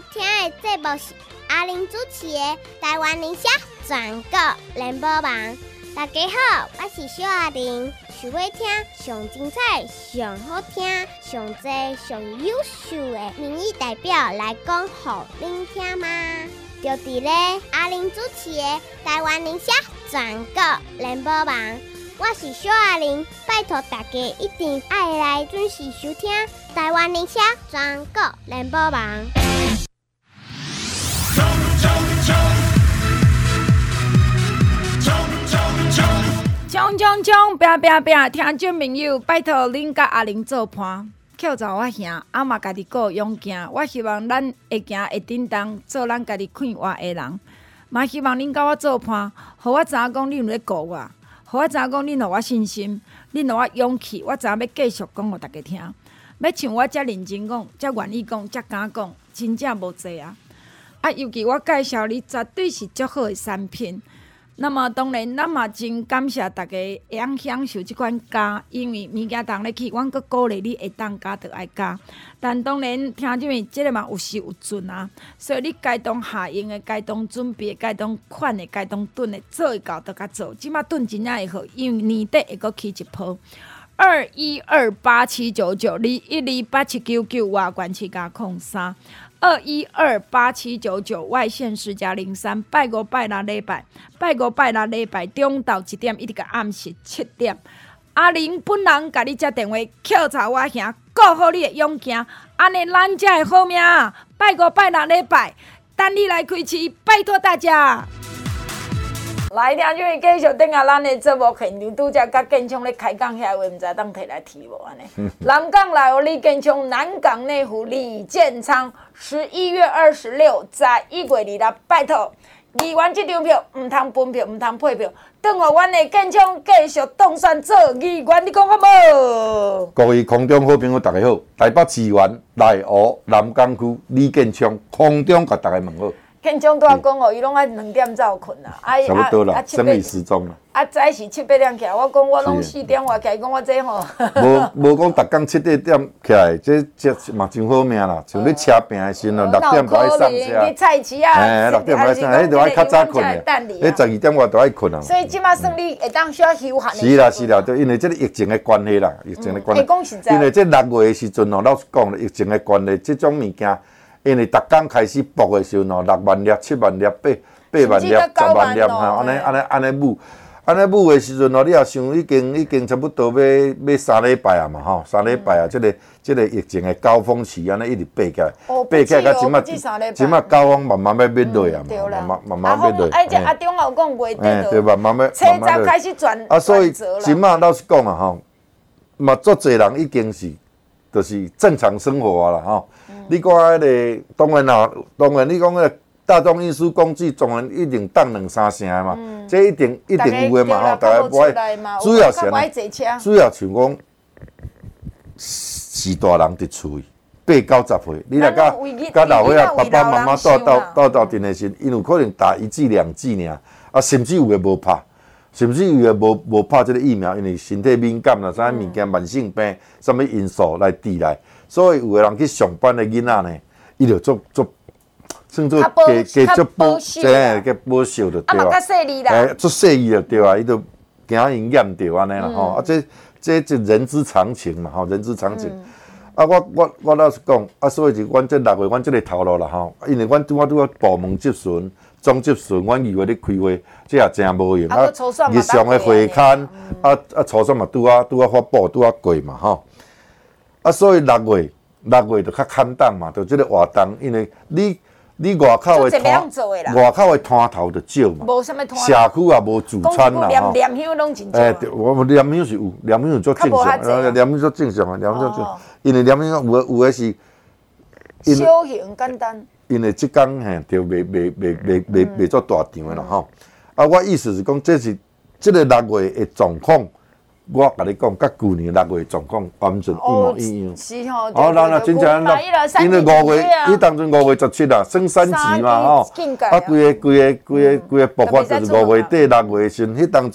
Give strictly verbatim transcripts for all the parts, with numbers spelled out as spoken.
听的节目是阿玲主持的《台湾宁夏全国联播网》。大家好，我是小阿玲。想要听上精彩、上好听、上多、上优秀的民意代表来讲给您听吗？就伫咧阿玲主持的《台湾宁夏全国联播网》。我是小阿玲，拜托大家一定爱来准时收听台湾宁夏全国联播网。冲冲冲！ 冲冲冲！冲冲冲！拼拼拼！听众朋友，拜托恁甲阿玲做伴，扣查我兄，阿嘛家己顾勇行。我希望咱会行会振动，做咱家己看活的人。嘛希望恁甲我做伴，互我知影讲恁有咧顾我。互我知影讲，恁互我信心，恁互我勇气，我知影要继续讲互大家听。要像我遮认真讲，遮愿意讲，遮敢讲，真正无济啊！啊，尤其我介绍你，绝对是足好的产品。那么当然，咱嘛真感谢大家会晓享受即款加，因为物件当咧去，阮阁鼓励你会当加就爱加。但当然，听众们，即个嘛有时有准啊，所以你该当下用的、该当准备的、该当款的、该当炖的，做会到就甲做。即马炖真正会好，因为年底会阁起一波。二一二八七九九二一二八七九九外关七加空三。二一二八七九九外线十加零三，拜五拜六礼拜，拜五拜六礼拜中昼一点一直到暗时七点。阿玲本人甲你接电话，扣查我兄，顾好你的勇行，安尼咱才会好命。拜五拜六礼拜，等你来开市，拜托大家。来，听众继续等下咱的节目现场，拄则甲建昌咧开讲遐话，毋知当摕来提无安尼。南港来有李建昌，南港内湖李建昌，十一月二十六，在一月二六，拜托，议员这张票毋通分票，毋通配票，等候阮的建昌继续当选做议员，你讲好无？ 各位空中好朋友，大家好，台北市议员内湖南港区李建昌，空中甲大家问好。 建昌拄仔讲哦，伊拢爱两点才有困啦，啊差不多啦，生理时钟啦。 啊，早是七八点起来，我讲我拢四点外起来，讲我这吼。 无无讲，逐工七八点起来，这这嘛真好命啦。像你车病的时候，六点就爱上车。 去菜市啊， 哎，六点就爱上，迄就爱较早困的。迄十二点外就爱困啊。 所以即马算你会当需要休闲的。 是啦是啦，就因为这个疫情的关系啦，疫情的关系。 讲实在。 因为这六月的时阵哦，老实讲，疫情的关系，这种物件。因为逐工开始播的时候喏，六万粒、七万粒、八八万粒、十万粒哈，安尼安尼安尼舞，安尼舞的时阵喏，你也想已经已经差不多要要三礼拜啊嘛吼，三礼拜啊，即个即个疫情的高峰期安尼一直爬起来，爬起来到即马即马高峰慢慢要要落啊嘛，慢慢慢慢要落。 哎，这阿中有讲袂得。 对吧？慢慢慢慢落。 开始转啊，所以即马老实讲啊吼，嘛足侪人已经是。就是正常生活啊啦吼，嗯、你讲迄个当然啦，当然你讲迄个大众运输工具，当然一定当两三成嘛，嗯、这一定一定有诶嘛吼，大家不爱，主要是呢，主要像讲是大人伫厝八九十岁，你若甲甲老伙仔爸爸妈妈带到带到阵诶时，因有可能打一剂两剂尔，啊，甚至有诶无拍。是不是有诶无无拍这个疫苗，因为身体敏感啦，啥物件慢性病，什么因素来抵赖，所以有诶人去上班诶囡仔呢，伊就做做，算做加加做保，即个保守就对啊。啊， 较细腻啦。 诶，做细腻就对啊，伊就惊因验着安尼啦吼，啊，这这这人之常情嘛吼，人之常情。啊，我我我老实讲，啊，所以就阮这六月，阮这个头路啦吼，因为阮拄啊拄啊部门接巡。总接顺，阮二月咧开会，这也真无用。啊，日常的会刊，啊啊，初选嘛拄啊拄啊发布，拄啊过嘛吼。啊，所以六月六月就较简单嘛，就即个活动，因为你你外口的摊，外口的摊头就少嘛。 无啥物摊。 社区也无自产啦吼。念念香拢真少。 诶，我念香是有，念香做正常，念香做正常啊，念香做正常。因为念香有诶有诶是。 小型简单。 因为即工嘿，就袂袂袂袂袂袂做大场的啦吼。啊，我意思是讲，这是即个六月的状况，我甲你讲，甲去年六月的状况完全一模一样。 是吼。 哦，那那真正那，因为五月，伊当阵五月十七啊，升三级嘛吼。啊，规个规个规个规个爆发就是五月底六月时阵，迄当阵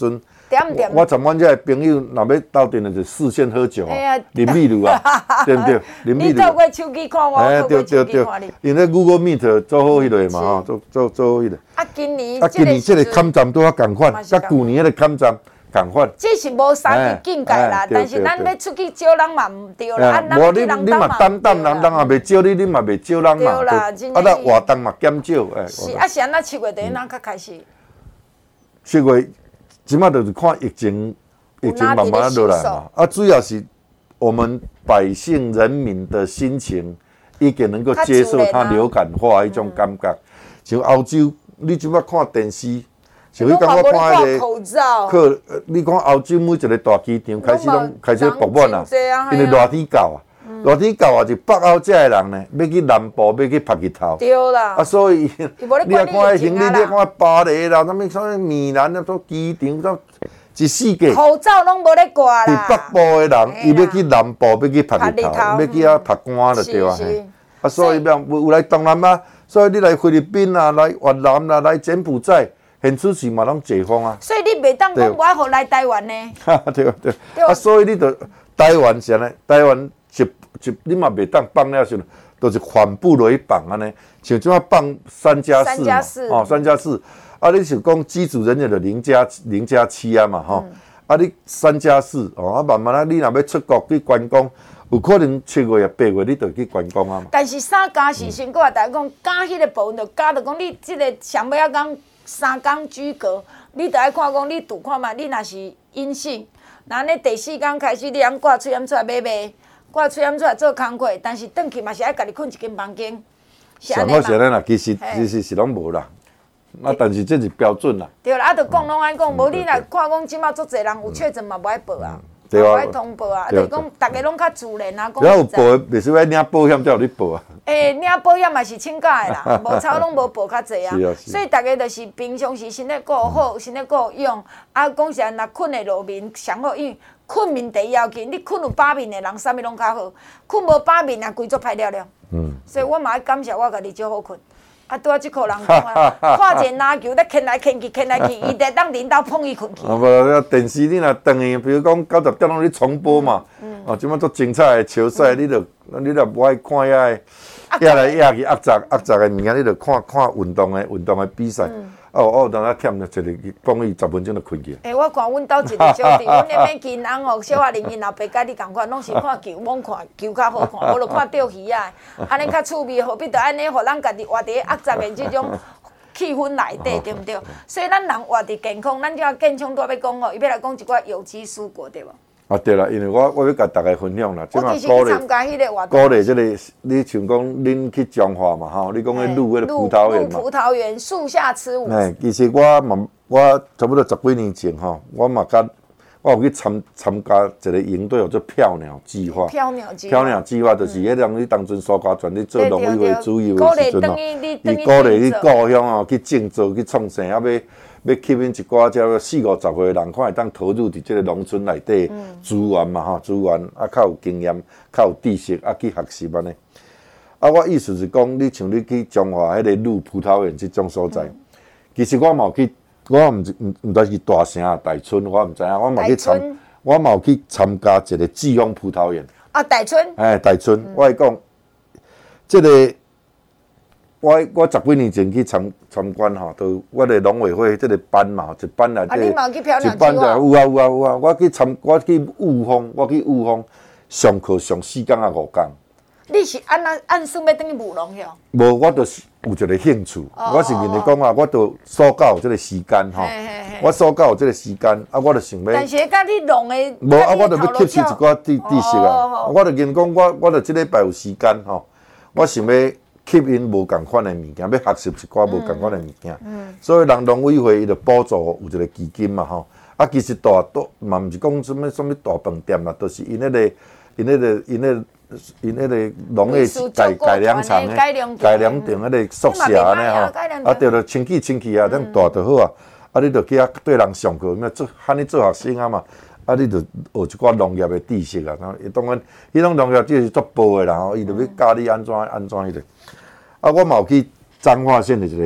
点毋点？ 我参阮遮朋友若要斗阵的就事先喝酒啊，啉米露啊，对毋对？啉米露。 你透过手机看我，透过手机看你。 因为 Google Meet 做好迄个嘛吼，做做做好迄个。 啊，今年啊，今年即个坎站拄啊共款，甲旧年迄个坎站共款。 这是无三级境界啦，但是咱要出去招人嘛毋对啦。 无你你嘛担担人，人也袂招你，你嘛袂招人嘛。 对啦，真啊，咱活动嘛减少，哎。 是啊，是安那七月第一哪较开始？ 七月，即马就是看疫情，疫情慢慢落来嘛。啊，主要是我们百姓人民的心情已经能够接受它流感化迄种感觉。像欧洲，你即马看电视。像迄讲我看迄个，可你看欧洲每一个大机场开始拢开始爆满啊，因为热天到啊，热天到啊，就北欧遮的人呢，要去南部，要去晒日头， 对啦， 啊，所以你啊看迄行李，你看巴黎啦，啥物啥物米兰啊，做机场做一世界， 口罩拢无咧挂啦。 伫北部的人，伊要去南部，要去晒日头，要去遐晒干就对啊。啊，所以要有来东南亚，所以你来菲律宾啊，来越南啦，来柬埔寨。现出是嘛拢解封啊， 所以你袂当讲我互来台湾呢。 对对，啊，所以你着台湾是安尼，台湾一一你嘛袂当放了时，都是反布雷绑安尼，像即马放三加四嘛，哦，三加四，啊，你是讲机组人员的零加零加七啊嘛，吼，啊，你三加四，哦，啊，慢慢啊，你若要出国去观光，有可能七月啊八月你就去观光啊嘛。 但是三加是先搁话大家讲加迄个部分，就加着讲你即个上尾啊讲。三天居隔，你着爱看讲你拄看嘛，你若是阴性，那呢第四天开始你通挂喙炎出来买卖，挂喙炎出来做工课，但是转去嘛是爱家己困一间房间。 上好是安尼啦，其实其实是拢无啦，啊，但是这是标准啦。 对啦，啊，着讲拢爱讲，无你若看讲即马足侪人有确诊嘛，无爱报啊。 对啊， 爱通报啊，就是讲大家拢较自然啊。 只要有报的，袂使爱领保险才有你报啊。 诶，领保险嘛是请假的啦，无超拢无报较济啊。 是啊是。 所以大家就是平常时身体顾好，身体顾用。啊，讲实若困的落眠上好，因为困眠第一要紧。你困有饱眠的人，啥物拢较好。困无饱眠啊，规作歹了了。嗯。所以我嘛爱感谢我家己少好困。啊，拄啊，即号人讲啊，看一个篮球，咧牵来牵去，牵来去，伊得当领导碰伊困去。 啊，无电视你若等伊，比如讲九十点钟你重播嘛，哦，即摆足精彩的球赛，你着你着无爱看遐个，遐来遐去压杂压杂的物件，你着看看运动的运动的比赛。哦哦，当啊忝着一个讲伊十分钟就困去。 诶，我看阮兜一个小弟，阮那边囡仔哦，小阿玲因老爸甲你共款，拢是看球，罔看球较好看，无就看钓鱼啊，安尼较趣味，何必着安尼，互咱家己活伫压杂的即种气氛内底，对毋对？所以咱人活伫健康，咱就要健康，拄要讲哦，伊要来讲一寡有机蔬果，对无？ 啊对啦，因为我我要甲大家分享啦， 即嘛鼓励鼓励即个，你像讲恁去彰化嘛吼，你讲迄鹿迄个葡萄园嘛， 葡萄园树下吃午。 哎，其实我嘛，我差不多十几年前吼，我嘛甲我有去参参加一个营队，叫做飘鸟计划。 飘鸟计划。 飘鸟计划就是迄让你当阵苏家全咧做农委会主任的时阵吼，伊鼓励你故乡哦去种植去创生，啊要。要吸引一寡只四五十岁人，看会当投入伫即个农村内底资源嘛吼，资源啊较有经验，较有知识啊去学习安尼。啊，我意思是讲，你像你去彰化迄个鹿葡萄园即种所在，嗯、其实我嘛有去，我毋毋毋知是大城啊、大村，我毋知影，我嘛去参，我嘛有去参加一个季风葡萄园。 啊，大村。 哎，大村，嗯、我会讲，即、这个。我我十几年前去参参观吼，都我哋农委会即个班嘛，一班内底，一班就有啊有啊有啊，我去参，我去雾峰，我去雾峰上课上四天啊五天。 你是按那按算要等于务农哟？ 无，我就是有一个兴趣，哦、我是认为讲啊，我都所教有即个时间吼，我所教有即个时间，啊，我就想要。 但是甲你农的， 无啊，我就要吸收一寡知知识啊，我就认讲我我就即礼拜有时间吼，我想要。吸引无共款的物件，要学习一寡无共款的物件，嗯、所以人农委会伊就补助有一个基金嘛吼。啊，其实大都嘛毋是讲什么什么大饭店啦，都、就是因迄、那个因迄、那个因迄因迄个农业改改良场诶，改良场迄个宿舍安尼吼，啊，对着清气清气啊，咱大就好啊。啊，你着去遐对人上课，咩做喊你做学生啊嘛。啊，你着学一寡农业的知识啊，当然，迄种农业只是做报的啦吼，伊着要教你安怎安怎迄个。啊，我嘛有去彰化县的一个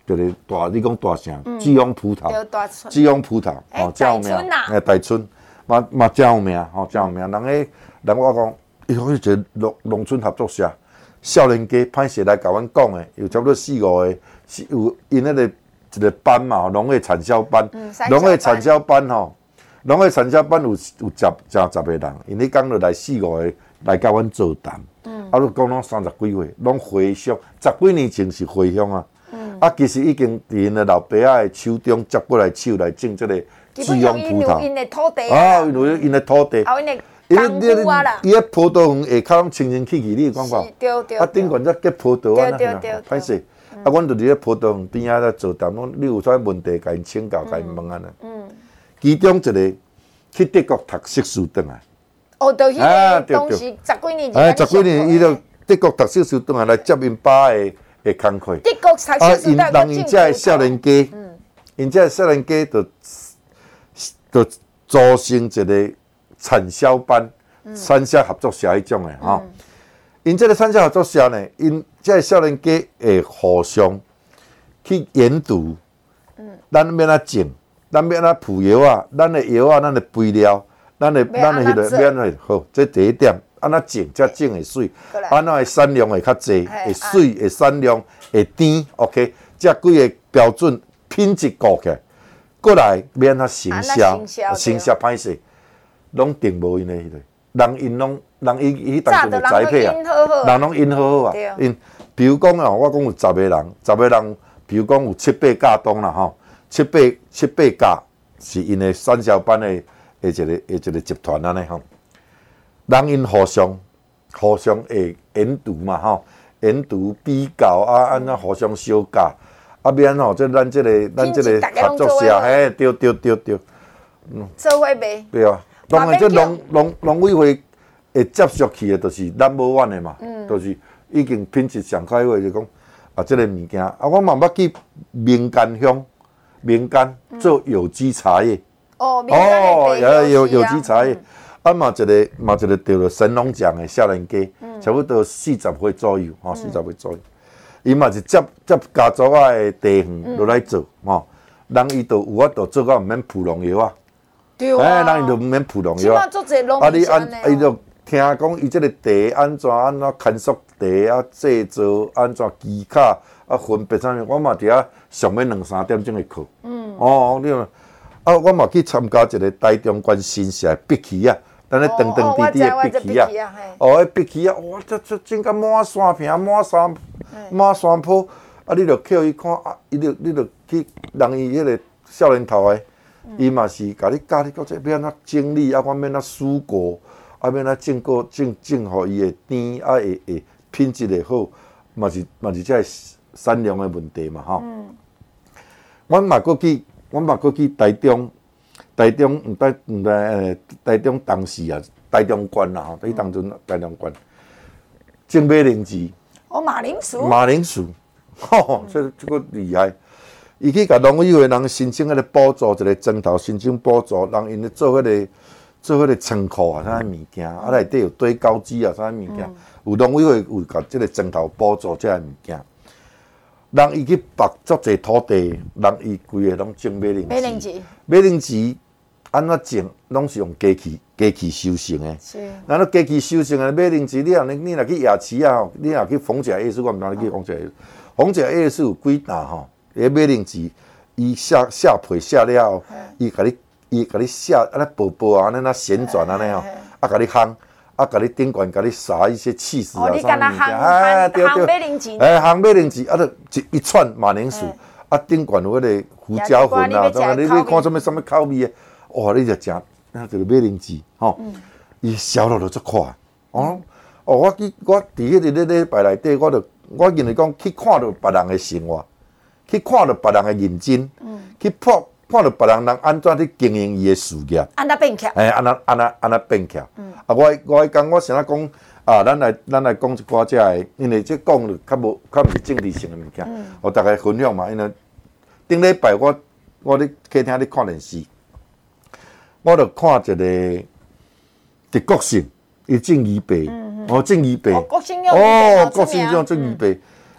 就是大，你讲大啥？吉翁葡萄，吉翁葡萄， 哦，真有名， 哎，大村，嘛嘛真有名，吼，真有名。人个人我讲，伊好似一个农农村合作社，少年家歹势来甲阮讲诶，有差不多四五个，有因迄个一个班嘛，农业产销班，农业产销班吼，农业产销班有有十正十个人，因迄讲落来四五个来甲阮做谈。啊，你讲拢三十几岁，拢回乡，十几年前是回乡啊。嗯、啊，其实已经伫因的老爸仔的手中接过来手来种这个滋养葡萄。 因的土地啊，有因的土地。 啊，因的功夫啊啦。 伊个葡萄园下骹拢清清气气，你有讲无？ 对对。 啊，顶悬则结葡萄啊， 对对对。 歹势。啊，阮就伫咧葡萄园边仔咧做谈，讲你有啥问题，甲因请教，甲因问安尼。嗯。其中一个去德国读硕士转来。 哦，就是迄个当时十几年前。 哎，十几年伊就德国读硕士转来来接因爸的的工课。 德国读硕士转来，人因遮的少年家，因遮的少年家就就组成一个产销班、产销合作社迄种的吼。因这个产销合作社呢，因遮的少年家会互相去研读，咱要哪种，咱要哪铺药啊，咱的药啊，咱的肥料。咱的咱的迄个免会好，这第一点，安怎种才种会水，安怎会产量会较济，会水会产量会甜 ，OK， 这几个标准品质顾起来，过来免他行销，行销歹势，拢定无因的迄个，人因拢人伊伊当阵的栽培啊，人拢因好好啊，因比如讲哦，我讲有十个人，十个人，比如讲有七八架东啦吼，七八七八架是因的产销班的。诶，一个诶一个集团安尼吼，人因互相互相会研读嘛吼，研读比较啊，安怎互相小教，啊免吼，即咱即个咱即个合作社，嘿，对对对对， 嗯，做伙卖， 对啊，当然即农农农委会会接触去诶，就是number one诶嘛，就是已经品质上开话就讲啊，即个物件啊，我嘛捌去民间乡民间做有机茶叶。 哦，哦， 有有有机茶叶，啊嘛一个嘛一个得了神农奖的少年家，差不多四十岁左右，吼四十岁左右，伊嘛是接接家族啊的地方落来做，吼，人伊就有法度做到毋免铺农药啊， 对啊， 哎，人伊就毋免铺农药啊，啊你按伊就听讲伊即个地安怎安怎看熟地啊制造安怎机卡啊分别啥物，我嘛伫遐上面两三点钟的课，嗯，哦，你。啊，我嘛去参加一个台中县新社的碧旗啊，咱咧长长滴滴的碧旗啊，哦，迄碧旗啊，哇，这这整甲满山坪、满山满山坡，啊，你著叫伊看啊，伊著你著去人伊迄个少年头的，伊嘛是甲你教你到这要安怎整理啊，我免怎蔬果，啊，免怎种果种种，互伊会甜啊，会会品质会好，嘛是嘛是这产量的问题嘛吼。阮嘛过去。我嘛过去台中，台中毋知毋知诶，台中当时啊，台中县啦吼，迄当阵台中县种马铃薯。 哦，马铃薯。 马铃薯，吼，这这个厉害。伊去甲农委会人申请迄个补助，一个砖头申请补助，人因咧做迄个做迄个仓库啊，啥物件，啊内底有堆高机啊，啥物件，有农委会有甲即个砖头补助这物件。人伊去绑足侪土地，人伊规个拢种马铃薯。马铃薯，马铃薯安怎种？拢是用机器机器收成诶。是。然后机器收成诶马铃薯，你若你若去夜市啊吼，你若去逢甲夜市，我毋知你去逢甲夜市。逢甲夜市有几担吼？迄马铃薯，伊下下皮下了后，伊甲你伊甲你下安尼薄薄啊，安尼那旋转安尼吼，啊甲你烘。啊，甲你顶悬，甲你撒一些气势啊，啥物件？ 哎，对对， 哎，烘马铃薯，啊，就一一串马铃薯，啊，顶悬有迄个胡椒粉啊，你你看什么什么口味的，哇，你就食那个马铃薯，吼，伊销路就足快，哦，哦，我去我伫迄个咧礼拜内底，我就我认为讲去看到别人的生活，去看到别人的认真，去破。看到别人人安怎去经营伊的事业， 安那变巧， 哎，安那安那安那变巧。嗯、啊，我我迄讲，我想要讲啊，咱来咱来讲一寡遮个，因为这讲了较无较毋是政治性的物件，互大家分享嘛。因为顶礼拜我我咧客厅咧看电视，我著看一个伫国信，伊种鱼白，哦种鱼白， 哦国信哦国信种种鱼白，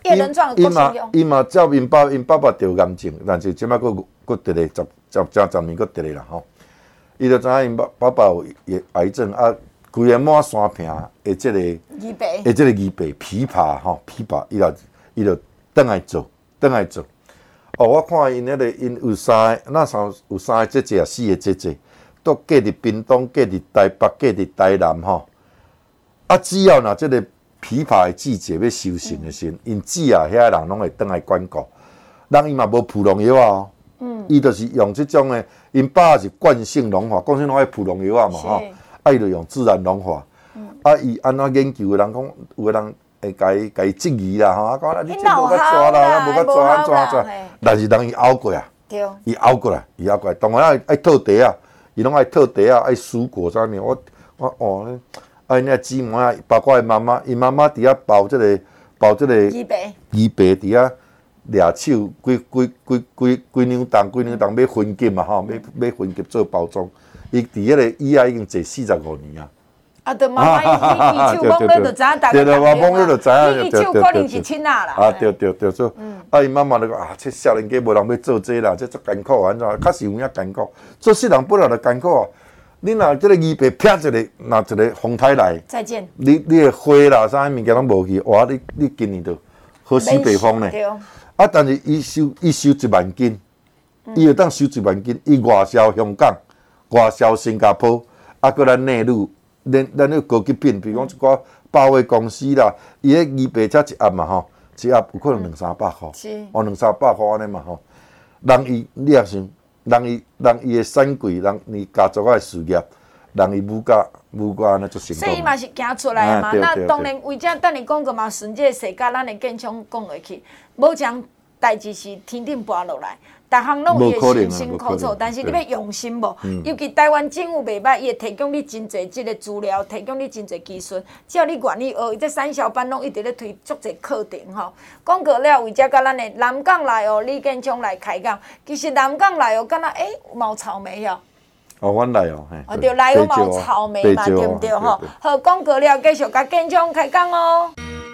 叶轮状有够信用。 伊嘛照因爸因爸爸得癌症，但是即摆佫佫得咧十十正十年佫得咧啦吼。伊就知影因爸爸爸有癌症啊，规个满山坪的即个鱼白， 的即个鱼白枇杷吼枇杷，伊就伊就转来做，转来做。哦，我看因迄个因有三个，那三有三个姐姐啊，四个姐姐，都嫁伫屏东，嫁伫台北，嫁伫台南吼。啊，只要若即个枇杷的季节要收成的时，因姊啊遐人拢会转来管顾。人伊嘛无扑农药啊哦，嗯，伊就是用即种的，因爸是惯性农法，惯性农法扑农药啊嘛吼，啊伊就用自然农法。嗯、啊，伊安怎研究的人讲，有个人会甲伊甲伊质疑啦吼，啊讲你这无较抓啦，无较抓安怎怎，但是人伊熬过啊，对，伊熬过来，伊熬过来，当然爱爱套地啊，伊拢爱套地啊，爱蔬果啥物，我我哦。啊，因遐姊妹啊，包括伊妈妈，伊妈妈伫遐包即个包即个鱼白， 鱼白伫遐掠手，规规规规规两重，规两重要分级嘛吼，要要分级做包装。伊伫迄个以啊已经坐四十五年啊。 啊，对妈妈伊伊手摸咧就知影，大家对对，我摸咧就知影，伊手可能是亲啊啦。 啊，对对对，所以啊，伊妈妈就讲啊，这少年家无人要做这啦，这足艰苦安怎？确实有影艰苦，做世人本来就艰苦啊。你若即个鱼白劈一个，若一个风台来， 再见。 你你的花啦，啥物件拢无去，哇！你你今年就好死北风呢。啊，但是伊收伊收一万斤，伊会当收一万斤，伊外销香港，外销新加坡，啊，搁咱内陆，咱咱迄高级品，比如讲一寡保卫公司啦，伊迄鱼白才一盒嘛吼，一盒有可能两三百箍，哦，两三百箍安尼嘛吼。人伊你也想。人伊人伊的产柜，人伊家族的事业，人伊母家母家安尼做成功。 所以伊嘛是行出来嘛。那当然，为这等你讲个嘛，顺这个世界，咱会健康讲下去。无讲代志是天顶拨落来，逐项拢伊会辛辛苦苦，但是你要用心无？尤其台湾政府袂歹，伊会提供你真侪即个资料，提供你真侪技术，只要你愿意学，伊这产销班拢一直咧推足侪课程吼。讲过了，为遮甲咱的南港来哦，李建昌来开讲。其实南港来哦，敢若诶毛草莓哦。 哦，阮来哦，嘿。 哦，对，来有毛草莓嘛，对毋对吼？好，讲过了，继续甲建昌开讲哦。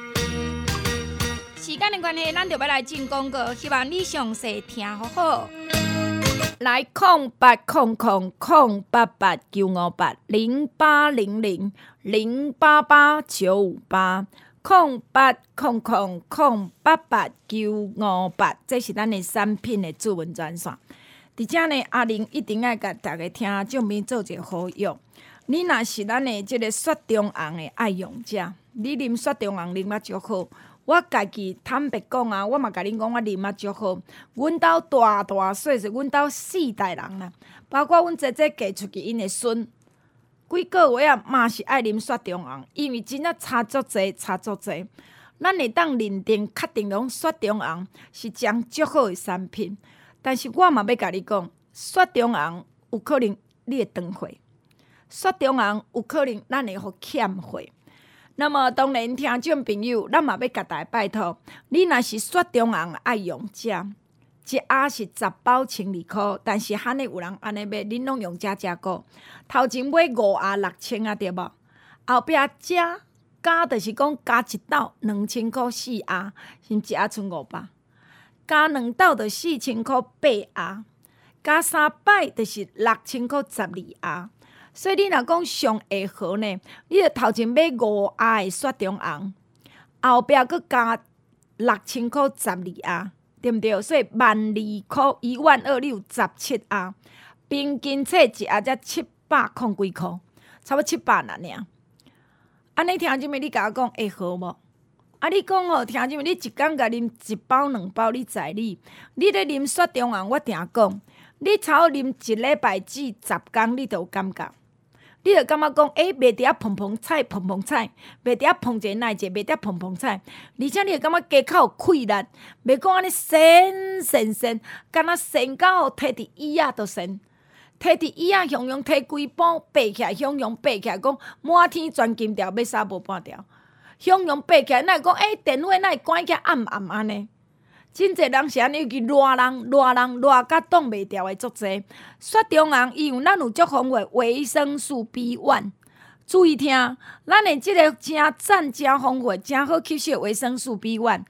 时间的关系，咱就要来进广告，希望你详细听好好。来，空八空空空八八九五八零八零零零八八九五八空八空空空八八九五八，这是咱的产品的主文专线。伫遮呢，阿玲一定爱甲大家听证明做一个好药。你若是咱的即个雪中红的爱用者，你啉雪中红啉啊足好。我家己坦白讲啊，我嘛甲恁讲，我啉啊足好。阮兜大大细细，阮兜四代人啦，包括阮姐姐嫁出去因的孙，几个月啊嘛是爱啉雪中红，因为真正差足济，差足济。咱会当认定、确定讲雪中红是将足好的产品，但是我嘛要甲你讲，雪中红有可能你会断货，雪中红有可能咱会互欠货。那么当然，听众朋友，咱嘛要甲大家拜托，你若是雪中红爱用者，一盒是十包千二箍，但是罕尼有人安尼买，恁拢用加加购。头前买五盒六千啊，对无？后壁加加就是讲加一斗两千箍四盒，是毋一盒剩五百？加两斗就四千箍八盒，加三摆就是六千箍十二盒。所以你若讲上下好呢，你着头前买五盒的雪中红，后壁佫加六千箍十二盒，对毋对？所以万二箍一万二，你有十七盒，平均册一盒才七百空几箍，差不多七百啦尔。安尼听即面你甲我讲会好无？啊，你讲吼，听即面你一工甲啉一包两包，你知你？你咧啉雪中红，我定讲，你差不多啉一礼拜至十工，你就有感觉。你就感觉讲，诶、欸，袂伫遐澎澎菜，澎澎菜，袂伫遐澎者奶者，袂伫遐澎澎菜，而且你会感觉家口有气力，袂讲安尼神神神，敢若神到摕伫椅仔都神，摕伫椅仔雄雄摕规包爬起来，雄雄爬起来，讲满天钻金条，要杀无半条，雄雄爬起来，那会讲诶，电话那会关起来暗暗安尼。真侪人是安尼，尤其热人、热人、热甲挡袂牢的足侪。雪中红伊有咱有足丰富维生素 B 一， 注意听，咱的即个真赞、真丰富、真好吸收的维生素 B 一，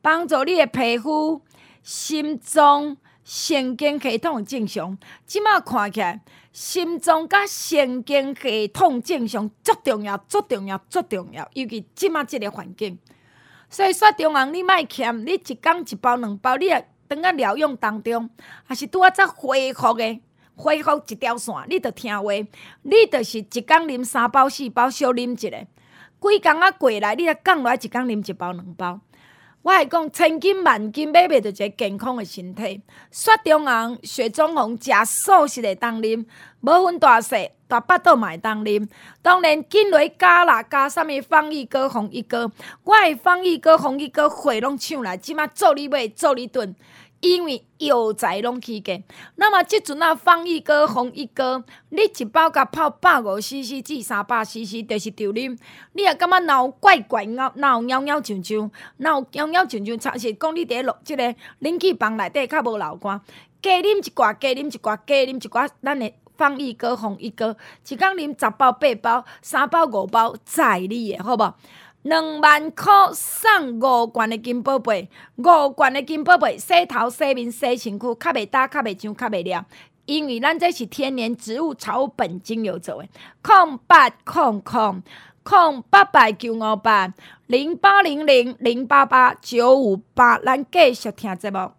帮助你的皮肤、心脏、神经系统正常。即马看起来，心脏甲神经系统正常足重要、足重要、足重要，尤其即马即个环境。所以雪中红你莫欠，你一工一包两包，你也当啊疗养当中，还是拄啊则恢复的。恢复一条线，你着听话，你就是一工啉三包四包，小啉一个，几工仔过来，你才降落来一工啉一包两包。我会讲千金万金买袂着一个健康的身体。雪中红、雪中红食素食会当啉，无分大小，大巴肚嘛会当啉。当然，紧落加啦，加啥物放益哥、红益哥，我的放益哥、红益哥货拢抢来，即马做你买，做你炖。因为药材拢起价，那么即阵啊，放益哥、红益哥，你一包甲泡百五 C C 至三百 C C， 就是着啉。你也感觉脑怪怪、脑脑痒痒上上、脑痒痒上上，才是讲你伫落即个冷气房内底较无流汗。加啉一寡，加啉一寡，加啉一寡，咱的放益哥、红益哥，一工啉十包、八包、三包、五包，在你的好无？两万块送五罐的金宝贝，五罐的金宝贝洗头、洗面、洗身躯，较袂焦、较袂痒、较袂凉。因为咱这是天然植物草本精油做的。空八空空空八八九五八零八零零零八八九五八，咱继续听节目。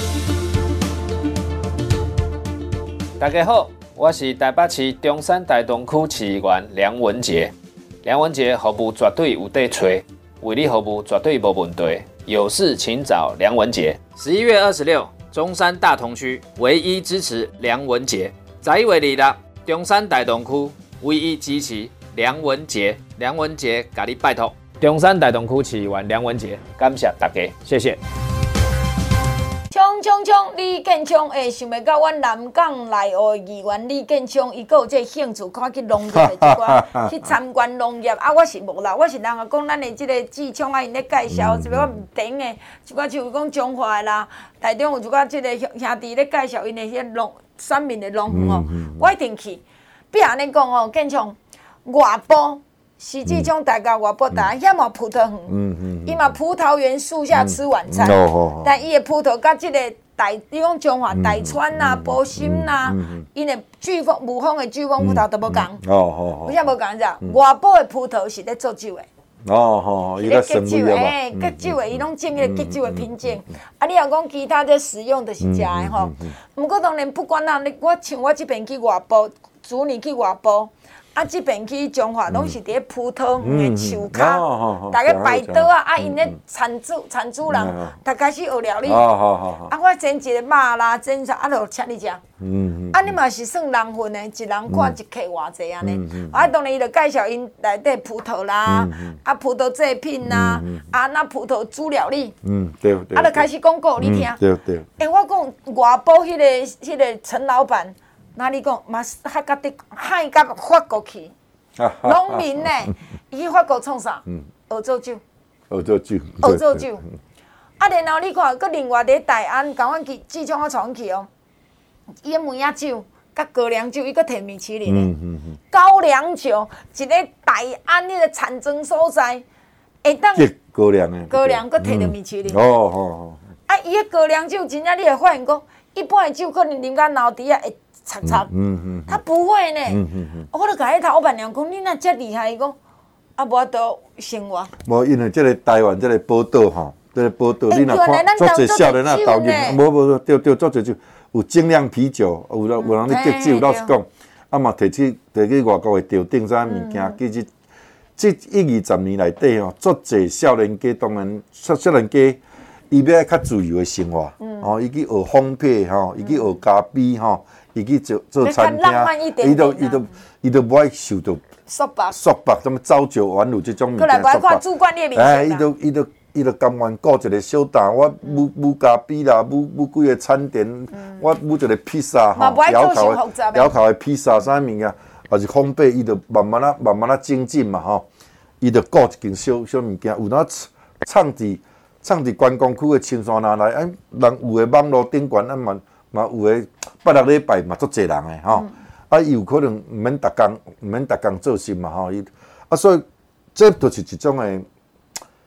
大家好，我是台北市中山大东区市议员梁文杰。梁文杰服务绝对有得找，为你服务绝对无问题。有事请找梁文杰。十一月二十六，中山大同区唯一支持梁文杰。十一月二六，中山大同区唯一支持梁文杰。梁文杰，甲你拜托。中山大同区市议员梁文杰，感谢大家，谢谢。 冲冲冲！李建昌会想袂到，阮南港内湖议员李建昌，伊阁有这兴趣，看去农业的一寡去参观农业。啊，我是无啦，我是人啊讲咱的即个志昌啊，因咧介绍一寡毋同的，一寡像讲中华的啦，台中有一寡即个兄兄弟咧介绍因的迄农产品的农园哦，我一定去。比安尼讲哦，建昌外埔。是这种大家外埔大，遐嘛葡萄园，伊嘛葡萄园树下吃晚餐，但伊的葡萄甲即个台，你讲中华台川啦、保心啦，因的巨峰、武峰的巨峰葡萄都无共。哦哦为啥无共？咋？外埔的葡萄是咧做酒的。 哦吼，伊咧结酒诶，结酒的，伊拢种迄个结酒的品种。啊，你若讲其他在使用，就是食的吼。毋过当然不管哪，我像我即边去外埔，主年去外埔。啊，即边去中华拢是伫咧葡萄园的树骹，大家摆桌啊，啊，因咧产主产主人，才开始学料理。啊，我煎一个肉啦，煎啥，啊，就请你食。嗯啊，你嘛是算人份的，一人看一客偌济安尼。啊，当然伊就介绍因内底葡萄啦，啊，葡萄制品啦，啊，那葡萄煮料理。嗯，对对。啊，就开始讲故你听。对对。诶，我讲外埔迄个迄个陈老板。那你讲嘛，海甲伫海甲法国去，农民呢，伊去法国创啥？学做酒， 学做酒， 学做酒。啊，然后你看，佮另外伫台安，甲阮去志昌我带阮去哦，伊个梅仔酒、甲高粱酒，伊佮摕米其林的。高粱酒，一个台安迄个产庄所在，会当高粱的， 高粱佮摕着米其林。 哦哦哦。 啊，伊个高粱酒真正你会发现讲，一般的酒可能啉甲脑底啊会。擦擦，嗯嗯，他不会呢。嗯嗯嗯，我就甲迄老板娘讲，你那遮厉害，伊讲啊，无都生活。 无，因为这个台湾这个宝岛吼，这个宝岛你若看，做侪少年啊投入，无无对对，做侪酒，有精酿啤酒，有人有人咧结酒，老实讲，啊嘛摕去摕去外国的吊顶啥物件，其实这一二十年内底吼，做侪少年家，当然少少年家。伊要较自由的生活，哦，伊去学烘焙吼，伊去学咖啡吼，伊去做做餐厅，伊都伊都伊都不爱受到束缚束缚，什么朝九晚五这种物件束缚。哎，伊都伊都伊都甘愿顾一个小档，我母母咖啡啦，母母几个餐点，我母一个披萨吼，窑烤的窑烤的披萨啥物件，还是烘焙，伊就慢慢啊慢慢啊精进嘛吼，伊就顾一件小小物件，有哪创伫。创伫观光区的青山那内，哎，人有诶网络顶悬，啊嘛嘛有诶八六礼拜嘛足侪人诶吼，啊伊有可能毋免逐工毋免逐工做心嘛吼，伊啊所以这就是一种诶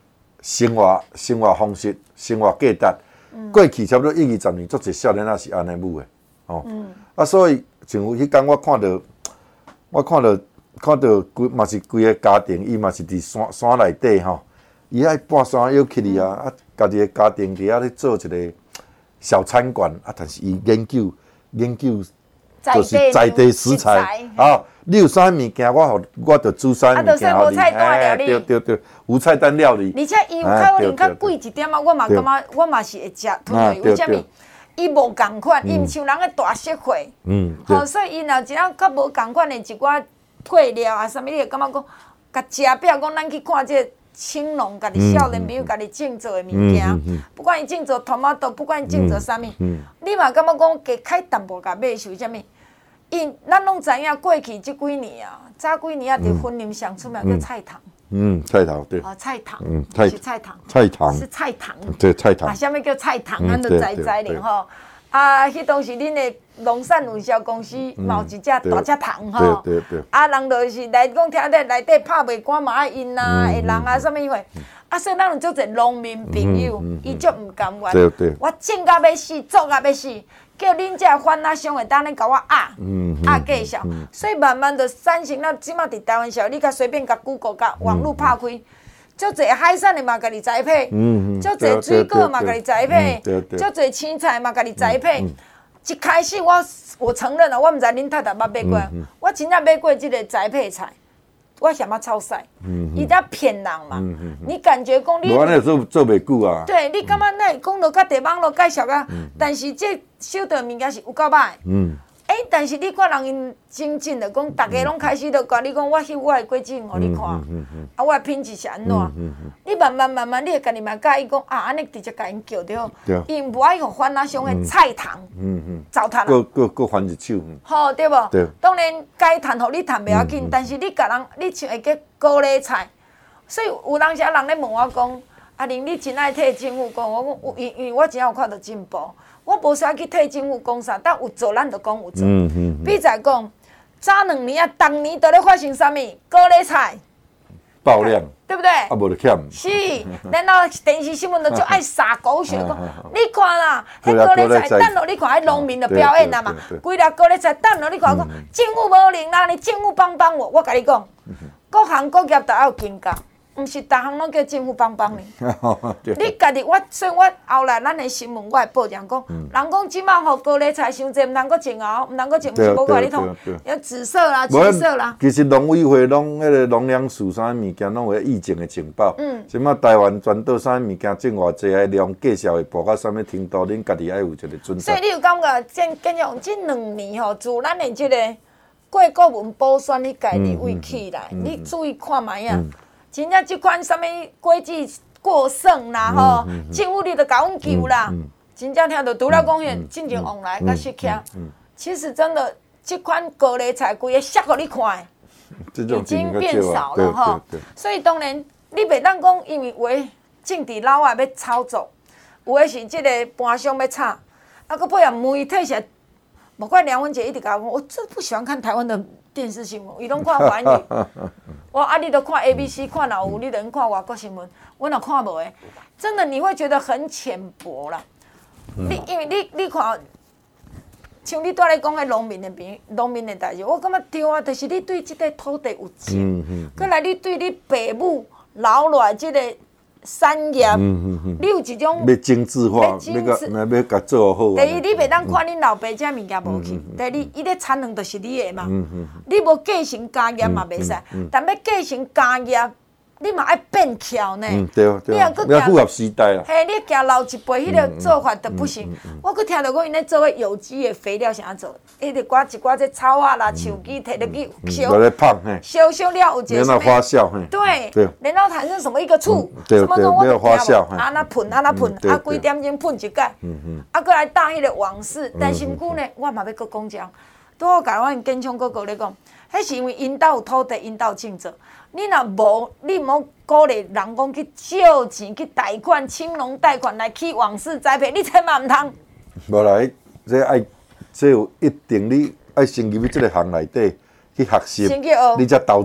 生活生活方式、生活价值。嗯、过去差不多一二十年，足侪少年仔是安尼舞的，哦。嗯、啊，所以像迄天我看到，我看到看到规嘛是规个家庭，伊嘛是伫山山内底吼，伊爱半山腰起哩啊，啊，家己个家庭伫遐咧做一个小餐馆啊，但是伊研究研究。就是在地食材啊！你有啥物件，我互我着煮啥物件互你。哎，对对对，无菜单料理。 而且伊有较可能较贵一点啊，我嘛感觉我嘛是会食吞落。为什物？伊无共款，伊毋像人个大社会。嗯。吼，所以伊若一样较无共款的一寡配料啊，啥物你会感觉讲，甲食比如讲咱去看这青农家己少年朋友家己种做的物件，不管伊种做토마토，不管伊种做啥物，你嘛感觉讲加开淡薄甲买是为什物？因咱拢知影，过去即几年啊，早几年啊，伫婚林上出名叫菜头。 嗯，菜头对。 哦，菜头。 嗯，菜是菜头。 菜头。 是菜头。 对，菜头。 啊，啥物叫菜头？咱就知知了吼。啊，迄当时恁的农产运销公司嘛有一只大只头吼。 对对对。 啊，人就是来讲听咧，内底拍卖官嘛爱因啊，的人啊，啥物货。啊，所以咱有足侪农民朋友，伊足毋甘愿。 对对。 我种甲要死，做甲要死。叫恁遮贩仔商会当咧甲我压，压价销，所以慢慢就产生咱即马伫台湾社会，你甲随便甲 Google 甲网络拍开，足侪海产的嘛，家己栽培，足侪水果嘛，家己栽培，足侪青菜嘛，家己栽培。一开始我我承认啊，我毋知恁太太捌买过，我真正买过即个栽培菜。我嫌啊超晒，伊在骗人嘛。你感觉讲你， 无安尼做做袂久啊。 对，你感觉那讲到甲地网络介绍啊，但是这收到物件是有够歹。嗯。哎，但是你看人因精进的讲，大家拢开始都甲你讲，我翕我的果子互你看，啊，我的品质是安怎？你慢慢慢慢，你会家己嘛介意讲啊，安尼直接甲因叫着，伊无爱互番仔上的菜汤，糟蹋啦。 搁搁搁还一手。 好对无？对。当然该趁互你趁袂要紧，但是你甲人，你像会叫高丽菜，所以有当时人咧问我讲，阿玲，你真爱替政府讲，我讲，因因为我真有看到进步。我无需要去替政府讲啥，但有做咱就讲有做。嗯嗯、比如讲，早两年啊，当年都咧发生啥物？高丽菜爆量， 对不对？ 啊，无就欠。 是，然后电视新闻就就爱撒狗血，讲你看啦，迄高丽菜，等落你看，迄农民就表演啦嘛，规粒高丽菜，等落你看，讲政府无灵啦，你政府帮帮我，我甲你讲，各行各业都要有警觉。毋是，逐项拢叫政府帮帮你。你家己，我所以我后来咱的新闻，我会报讲讲，人讲即摆吼高丽菜伤济，毋通阁种哦，毋通阁种，毋是无甲你通，有紫色啦、青色啦。 其实农委会拢迄个农粮署啥物件，拢有疫情的情报。嗯。即摆台湾全岛啥物件种偌济，个量介绍会报到啥物程度，恁家己爱有一个准则。 所以你有感觉，建建用即两年吼，自咱的即个过国文补选，你家己位起来，你注意看卖啊。真正即款啥物果子过剩啦吼，政府你著甲阮救啦。真正听到除了讲遐进前往来甲失去，其实真的即款高丽菜规个削互你看的，已经变少了吼。所以当然你袂当讲，因为有诶政治老外要操作，有诶是即个盘商要炒，啊，佮配合媒体是，莫怪梁文杰一直甲我讲，我真不喜欢看台湾的电视新闻，伊拢看华语。我啊，你都看 A B C， 看老吴，你都看外国新闻，我哪看无诶？真的你会觉得很浅薄啦。嗯、你因为你你看，像你拄咧讲迄农民的病，农民的代志，我感觉对啊，就是你对即个土地有情，嗯嗯、再来你对你爸母留落即个产业，嗯嗯、你有一种要精致化，要甲要甲做好。 第一，你袂当看恁老爸遮物件无去；第二，伊咧产能就是你的嘛。嗯嗯、你无继承家业嘛袂使，嗯嗯、但要继承家业，你嘛爱变巧呢。嗯、 对对。你要搁符合时代啦。 嘿，你行老一辈迄个做法就不行。嗯嗯嗯、我搁听到讲因咧做迄有机的肥料，啥做？伊着刮一刮这草啊啦、树枝，摕入去烧。 在咧放嘿。 烧烧了有一个。 然后发酵嘿。 对。 对。 然后产生什么一个醋？ 什么东西发酵？安那喷，安那喷，啊，几点钟喷一届？嗯嗯。啊，搁来打迄个往事，但身躯呢，我嘛要搁讲讲。拄好甲阮建昌哥哥咧讲，迄是因为因兜有土地，因兜种植。你若无，你毋好鼓励人讲去借钱去贷款、青农贷款来去往事栽培，你千万毋通。 无啦，这爱，这有一定你爱先入去这个行内底去学习，你才投资。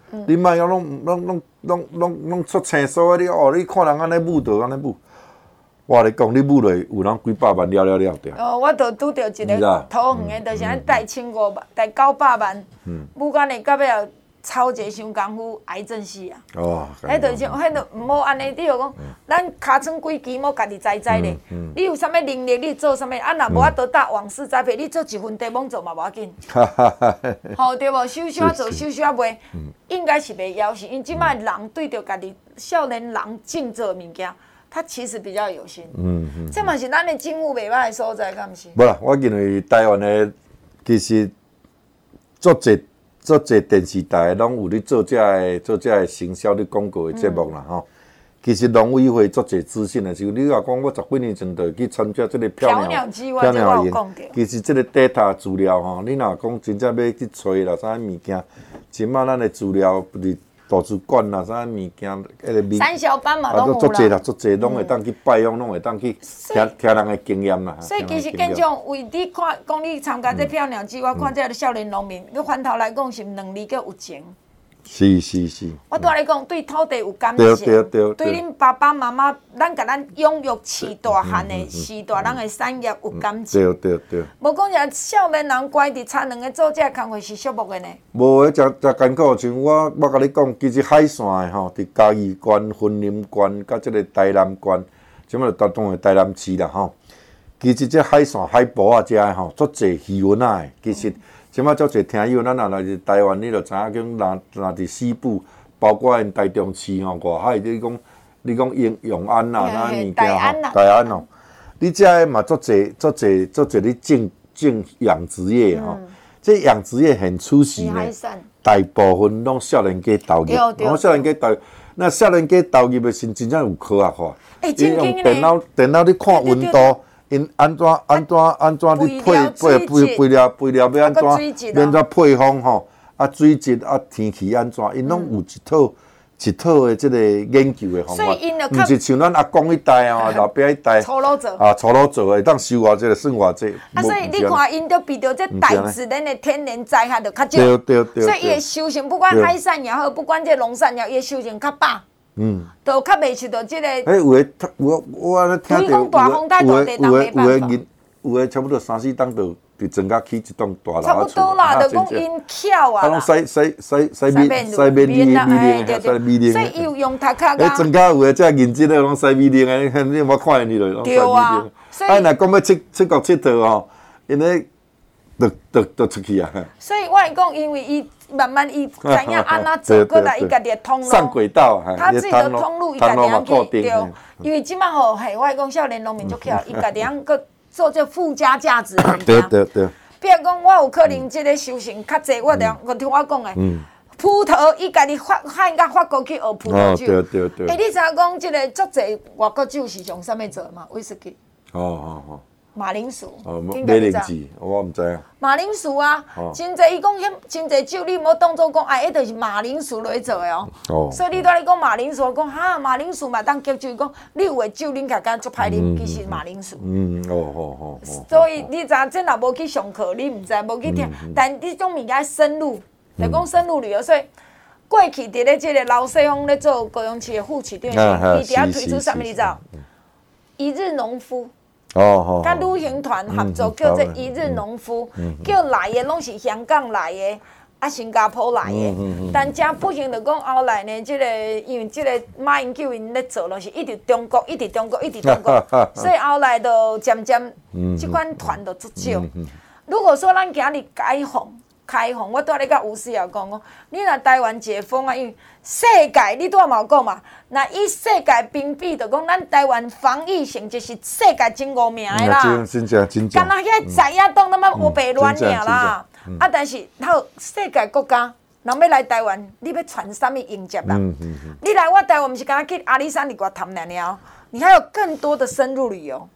嗯、你莫讲拢拢拢拢拢拢出青所的，你哦，你看人安尼舞就安尼舞。我咧讲，你舞落有人几百万了了了掉。 哦，我著拄着一个头远的，就是安带千五万、带九百万，舞干的到尾操一个伤功夫，癌症死啊！哦，迄著像，迄著毋好安尼。你著讲，咱尻川几支，莫家己知知咧。你有啥物能力，你做啥物？啊，若无法度打往事栽培，你做一份地方做嘛无要紧。吼，对无？收收啊做，收收啊卖，应该是袂夭寿。因即摆人对着家己少年人尽做物件。他其实比较有心，嗯嗯，这嘛是咱的政府袂歹的所在，敢毋是？ 无啦，我认为台湾的其实足侪足侪电视台拢有咧做遮个做遮个行销咧广告的节目啦吼。嗯、其实农委会足侪资讯的，就你若讲我十几年前就去参加这个飘鸟机， 飘鸟营，其实这个 data 资料吼，你若讲真正要去找啦啥物件，即马咱的资料不是。图书馆啦，啥物件，迄个三小班嘛，拢有啦。 足侪啦，足侪拢会当去拜访，拢会当去听听人的经验啦。 所以其实建种为你看，讲你参加这飘鸟季，我看这个少年农民，你翻头来讲是能力佮有情。 是是是。 我对你讲，对土地有感情，对对对恁爸爸妈妈，咱甲咱养育饲大汉的饲大人的产业有感情。 对对对。 无讲遮少年人乖伫产两个做这工作是寂寞的呢。 无诶，真真艰苦，像我我甲你讲，其实海线的吼，伫嘉义县、云林县，甲即个台南县，即摆就当的台南市啦吼。其实这海线海埔啊，遮吼，足侪渔文啊的，其实。即摆足侪听友，咱若来是台湾，你就知影讲，若若伫西部，包括因台中市吼，外海你讲，你讲永永安啦，啥物件吼，台安哦，你遮个嘛足侪足侪足侪咧种种养殖业吼，这养殖业很出息呢，大部分拢少年家投入，拢少年家投入，那少年家投入的是真正有科学化， 因用电脑电脑咧看温度。因安怎安怎安怎你配配配配料配料要安怎，要安怎配方吼？啊，水质啊，天气安怎？因拢有一套一套的即个研究的方法，毋是像咱阿公迄代哦，老爸迄代粗鲁做啊，粗鲁做的，当收偌济就算偌济。 啊，所以你看，因着比着这大自然的天然灾害就较少， 对对对。 所以伊的修行，不管海产也好，不管这农产也好，伊的修行较饱。嗯，都较袂受到即个。 哎，有诶，我我安尼听到有诶有诶有诶有诶人，有诶差不多三四档就就增加起一栋大楼。 差不多啦，就讲因巧啊。 啊，拢使使使使米使米米米零，使米零。 所以有用读卡噶。哎，增加有诶，遮认真诶，拢使米零诶，你无看因哩咯，拢使米零。啊，若讲要出出国佚佗吼，因为就就就出去啊。 所以我会讲，因为伊。慢慢伊知影安怎做，过来伊家己的通路， 上轨道， 他自己的通路伊家己通去对，因为即摆吼，嘿，我讲少年农民足巧，伊家己通去做这附加价值的物件。 对对对。 比如讲，我有可能即个修行较济，我听我听我讲的，葡萄伊家己发汉甲法国去学葡萄酒。 对对对。 哎，你知影讲即个足济外国酒是用啥物做嘛？威士忌。 哦哦哦。 马铃薯， 哦，马铃薯，我唔知啊。 马铃薯啊，真济伊讲遐真济酒，你莫当作讲，哎，迄著是马铃薯来做的哦。哦。所以你拄仔讲马铃薯，我讲哈马铃薯嘛当叫酒，讲你有诶酒，恁家家足歹啉，其实马铃薯。嗯，哦哦哦。所以你知影，这若无去上课，你唔知，无去听，但你种物件深入，来讲深入旅游，所以过去伫咧即个老西方咧做高雄市的副市长时，伊伫遐推出啥物你知道？一日农夫。哦哦，甲旅行团合作叫做一日农夫，叫来的拢是香港来的，啊新加坡来的，但真不幸就讲后来呢，即个因为即个马英九因咧做咯是一直中国，一直中国，一直中国，所以后来就渐渐即款团就足少。如果说咱今日解放，开放，我拄仔咧甲吴思瑶讲讲，你若台湾解封啊，因为世界你拄仔嘛有讲嘛，若以世界评比，就讲咱台湾防疫成绩是世界前五名的啦。 真真真真。 敢若遐在野党那么乌白乱尔啦，啊，但是好世界国家人要来台湾，你要传啥物迎接啦？你来我台湾，毋是敢若去阿里山里国谈尔尔，你还有更多的深入旅游。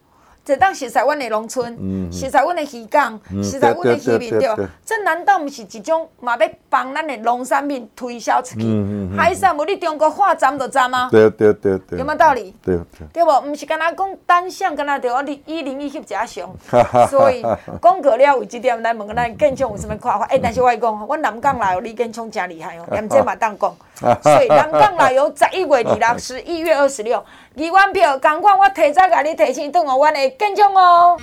就当熟悉阮的农村，熟悉阮的渔港，熟悉阮的渔民对。这难道毋是一种嘛要帮咱的农产品推销出去？海产无你中国话占就占啊？ 对对对对。 有没有道理？ 对对。 对无？毋是干那讲单向，干那着我一零一翕只上。所以讲过了为这点，来问咱建昌有啥物看法？哎，但是我讲，阮南港来有李建昌真厉害哦，连这嘛当讲。所以南港来有十一月二六，十一月二十六，二万票，同款我提早甲你提醒转互阮的建昌哦。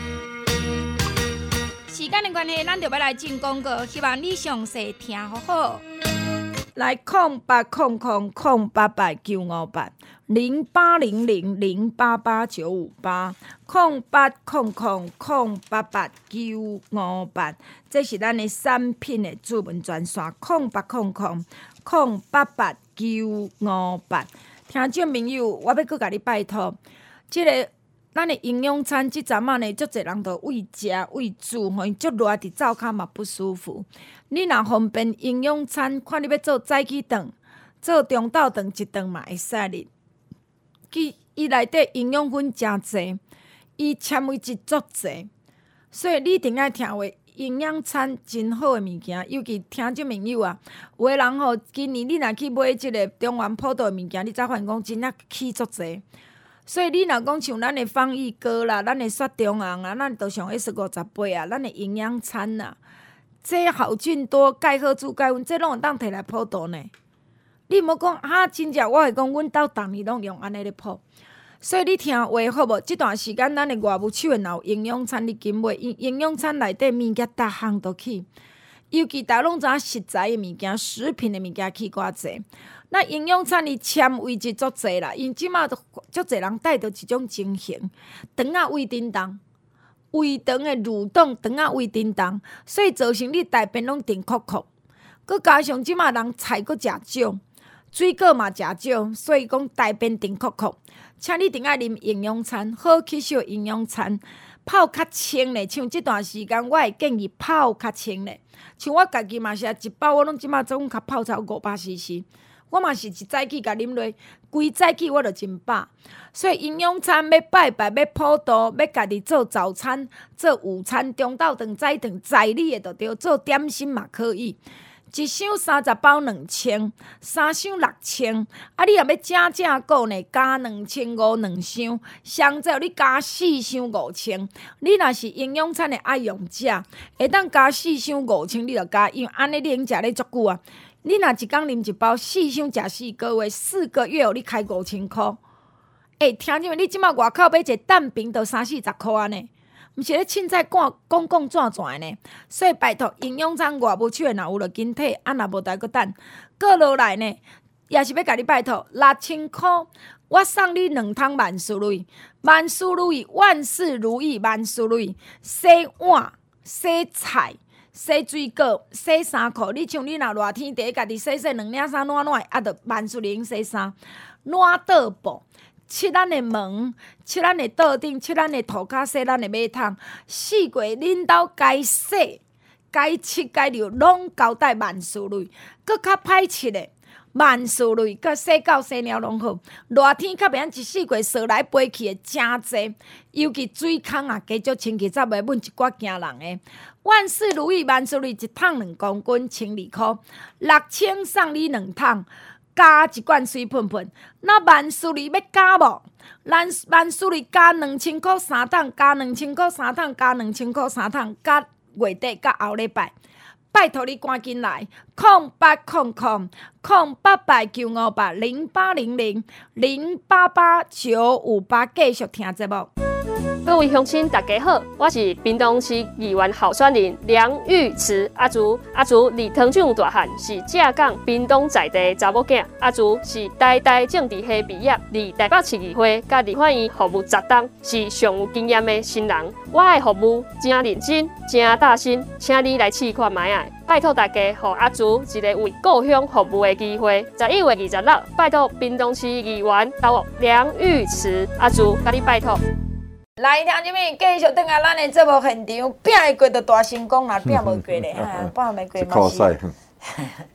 时间的关系，咱就要来进广告，希望你详细听好好。来，空八空空空八八九五八零八零零零八八九五八空八空空空八八九五八，这是咱的产品的主文专线，空八空空空八八九五八。听众朋友，我要搁甲你拜托，这个。咱的营养餐，即阵仔呢，足侪人都为食为煮，吼，足热伫灶骹嘛不舒服。你若方便营养餐，看你要做早起顿、做中昼顿一顿嘛会使哩。伊伊内底营养分诚济，伊纤维质足济，所以你一定爱听话。营养餐真好的物件，尤其听众朋友啊，有的人吼，今年你若去买即个中原普渡的物件，你才发现讲真正起足济。所以你若讲像咱的放逸糕啦，咱的雪中红啦，咱都上一十五十八啊，咱的营养餐啦，这好菌多，钙好煮钙温，这拢有当摕来普渡呢。你莫讲啊，真正我会讲，阮兜逐年拢用安尼咧普。所以你听话好无？即段时间咱的外务手若有营养餐，你紧买，营营养餐内底物件逐项都起，尤其大家拢知影食材的物件、食品的物件起偌济。那营养餐伊纤维质足济啦，因即马都足济人带着一种情形，肠仔胃震动，胃肠的蠕动，肠仔胃震动，所以造成你大便拢甜哭哭。佮加上即马人菜佮食少，水果嘛食少，所以讲大便甜哭哭。请你一定爱啉营养餐，好吸收营养餐，泡较清咧。像即段时间，我会建议泡较清咧。像我家己嘛是一包，我拢即马总共泡超五百 C C。我嘛是一早起甲啉落，规早起我就真饱。所以营养餐要拜拜，要普渡，要家己做早餐、做午餐、中昼顿、早顿、在理的就对，做点心嘛可以。一箱三十包两千，三箱六千。啊，你若要正正购呢，加两千五两箱，上最后你加四箱五千。你若是营养餐的爱用者，会当加四箱五千，你就加，因为安尼你已经食咧足久啊。你若一工啉一包，四箱食四个月，四个月互你开五千箍。诶，听见没？你即马外口买一个蛋饼都三四十箍安尼，毋是咧凊彩讲讲讲转转呢。所以拜托，营养餐外无手的若有就紧摕，啊若无就搁等。过落来呢，也是要甲你拜托六千箍，我送你两桶万事如意，万事如意，万事如意，万事如意，洗碗、洗菜。洗水果、洗衫裤，你像你若热天第一家己洗洗两领衫暖暖，啊，着万事如意洗衫。暖倒布，漆咱的门，漆咱的桌顶，漆咱的涂骹，洗咱的马桶。四季恁兜该洗、该漆、该流，拢交代万事如意。搁较歹漆的，万事如意，搁洗到洗了拢好。热天较袂一四季扫来飞去的真济，尤其水坑啊，加足清气，才袂闷一寡惊人的。万事如意，万事如意，一桶两公斤，千二箍，六千送你两桶，加一罐水喷喷。那万事如意要加无？咱万事如意加两千箍三桶，加两千箍三桶，加两千箍三桶，加月底甲后礼拜。拜托你赶紧来，空八空空空八八九五八零八零零零八八九五八，继续听节目。 各位乡亲，大家好，我是屏东市议员候选人梁玉慈阿竹。阿竹离汤厂大汉，是正港屏东在地查某囝。阿竹是代代政治系毕业，离台北市议会甲立法院服务十档，是上有经验的新人。我的服务真认真，真大心，请你来试看卖啊！拜托大家，给阿竹一个为故乡服务的机会。十一月二十六，拜托屏东市议员到梁玉慈阿竹，甲你拜托。 来，听众们，继续等下咱的节目现场，拼会过就大成功啦，拼无过咧，哈，拼袂过嘛是。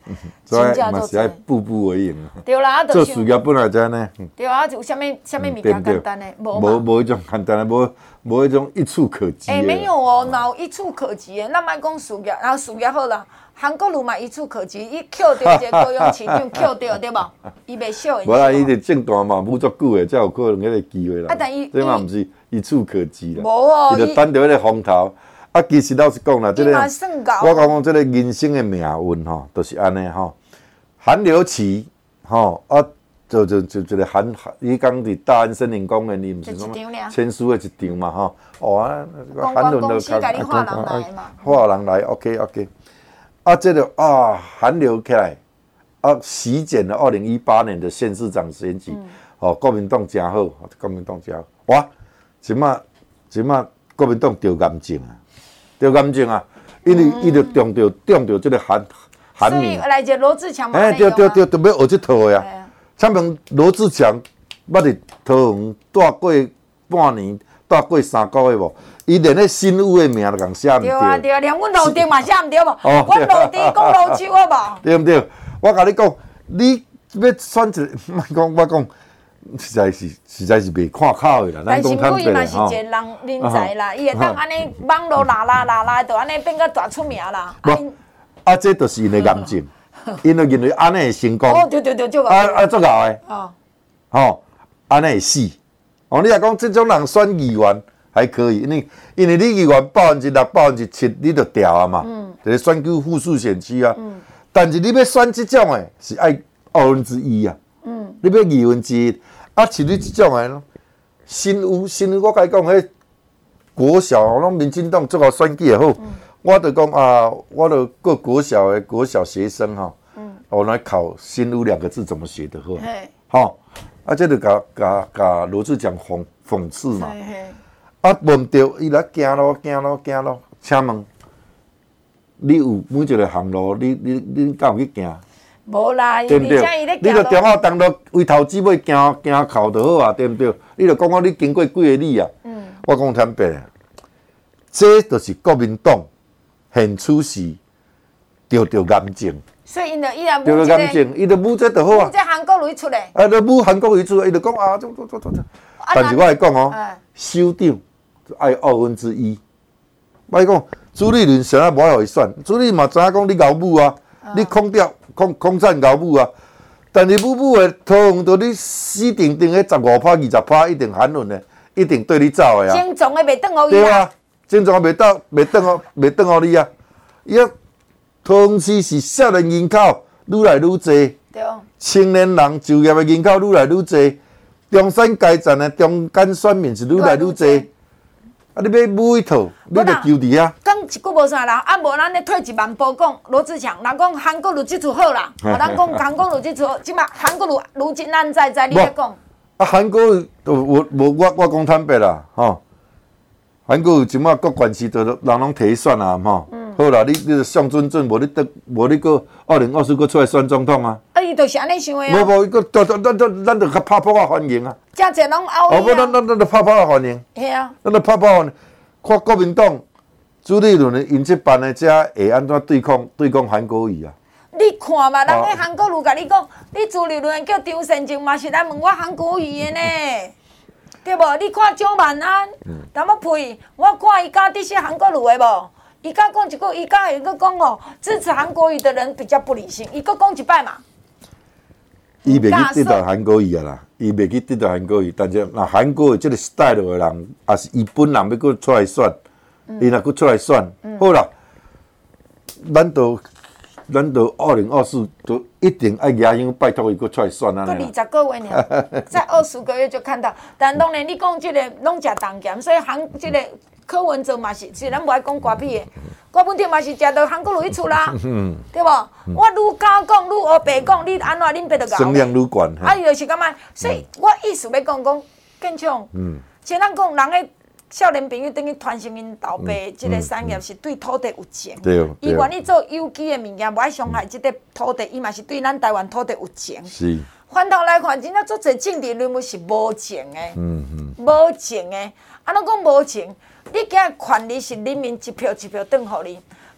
所以嘛是爱步步为营。 对啦，啊， 做事业本来就安尼。 对啊，有啥物啥物物件简单的，无无无迄种简单的，无无迄种一触可及。 哎，没有哦，哪有一触可及的？咱莫讲事业，然后事业好啦。韩国路嘛一触可及，伊捡到一个高雄市长，捡到对无？伊袂少。 无啦，伊伫政坛嘛，舞足久的，才有可能迄个机会啦。 啊，但伊这嘛毋是一触可及啦。 无哦， 伊就等着迄个风头。啊，其实老实讲啦，这个我讲讲这个人生的命运吼，都是安尼吼。寒流期吼啊，就就就一个寒，伊讲伫大安森林公园，伊毋是什么签书的一场嘛吼。哦啊， 寒流就甲你画人来嘛， 画人来 ，OK OK。啊，这个啊，寒流起来，啊，席卷了二零一八年的县市长选举，嗯、哦，国民党真好，国民党真好，哇，即马即马国民党得癌症啊，得癌症啊，因为伊就中着中着这个寒寒所以来者罗志强嘛， 哎，对对对，特别学这套的呀。像问罗志强，捌伫桃园待过半年，待过三个月无？伊连迄新屋的名都共写毋对。 对啊对啊，连阮路顶嘛写毋对无？哦，阮路顶讲路手好无？ 对毋对？我甲你讲，你要选一个，莫讲我讲，实在是实在是袂看口的啦。 但是不伊嘛是一个人人才啦，伊会当安尼网络啦啦啦啦，就安尼变个大出名啦。 啊，这就是因的癌症，因为认为安尼会成功。 哦，对对对，就啊啊，足够的。哦。吼，安尼会死。哦，你若讲这种人选议员。还可以，因为因为你议员百分之六、百分之七，你就调啊嘛，嗯，就是选举复数选区啊。嗯，但是你要选这种的，是爱二分之一啊。嗯，你要二分之一，啊，像你这种的，新屋新屋，我甲你讲，迄国小，拢民进党做好选举也好，嗯、我就讲啊，我就过国小的国小学生哈，嗯，我来考新屋两个字怎么写的好，好，啊，这就甲甲甲罗志强讽讽刺嘛。嘿嘿啊，问到伊来行咯，行咯，行咯，请问你有每一个项路，你你你敢有去行？ 无啦， 对不对？你著中好当作为头至尾行行靠就好啊，对不对？你著讲讲你经过几个里啊？嗯，我讲坦白，这就是国民党现处时得着癌症。 所以因著伊若得着癌症，伊著舞这就好啊。 这韩国瑜出来。 啊，著舞韩国瑜出来，伊著讲啊，做做做做做。但是我来讲哦，首长。爱二分之一，我讲朱立伦谁也无爱伊选，朱立伦嘛知影讲你熬母啊，哦、你空调空空战熬母啊，但是母母的桃园到你死定定的十五趴、二十趴，一定韩论的，一定对你走的啊。 正常的袂等互伊对啊，正常的袂等袂等互袂等互你啊。伊啊，桃园市是少年人口愈来愈多，对，青年人就业的人口愈来愈多，中山街站的中间选民是愈来愈多。啊！你要每一套，你著求伫啊。 讲一句无啥啦，啊无咱咧退一万步讲罗志强，人讲韩国瑜即次好啦，啊咱讲韩国瑜即次，即马韩国瑜如今咱在在你咧讲。 啊，韩国瑜，我我我我讲坦白啦，吼，韩国瑜即马各县市都人拢提选啊，吼。嗯。好啦，你你著上准准，无你得无你个二零二四个出来选总统啊？ 啊，伊就是安尼想的啊。 无无，伊个咱咱咱咱著较拍拍啊欢迎啊。 真侪拢后伊啊！哦，不，咱咱咱著拍拍啊欢迎。 系啊。 咱著拍拍欢迎，看国民党朱立伦的因这办的遮会安怎对抗对抗韩国瑜啊？ 你看嘛，人咧韩国瑜甲你讲，你朱立伦叫张善政嘛是来问我韩国瑜的呢，对无？你看蒋万安，淡薄屁，我看伊敢支持韩国瑜的无？伊敢讲一句，伊敢会个讲哦，支持韩国瑜的人比较不理性，伊个讲一摆嘛。 伊袂去得到韩国瑜啊啦，伊袂去得到韩国瑜，但是若韩国瑜即个 style 的人，也是伊本人要搁出来选，伊若搁出来选，好啦，咱都咱都二零二四都一定爱亚英拜托伊搁出来选啊！ 搁二十个月呢，再二十个月就看到。但当然你讲即个拢食重咸，所以韩即个柯文哲嘛是，是咱无爱讲瓜皮的。郭文婷嘛是食到韩国瑜出啦，对无？我愈敢讲，愈学白讲，你安怎恁爸就搞？ 声量愈悬。 啊，伊就是感觉，所以我意思要讲讲，建昌，像咱讲人的少年朋友等于传承因老爸即个产业是对土地有情，伊愿意做有机的物件，无爱伤害即个土地，伊嘛是对咱台湾土地有情。 是。 反头来看，真正做侪政治人物是无情的，无情的。安怎讲无情？你今权利是人民一票一票转互你，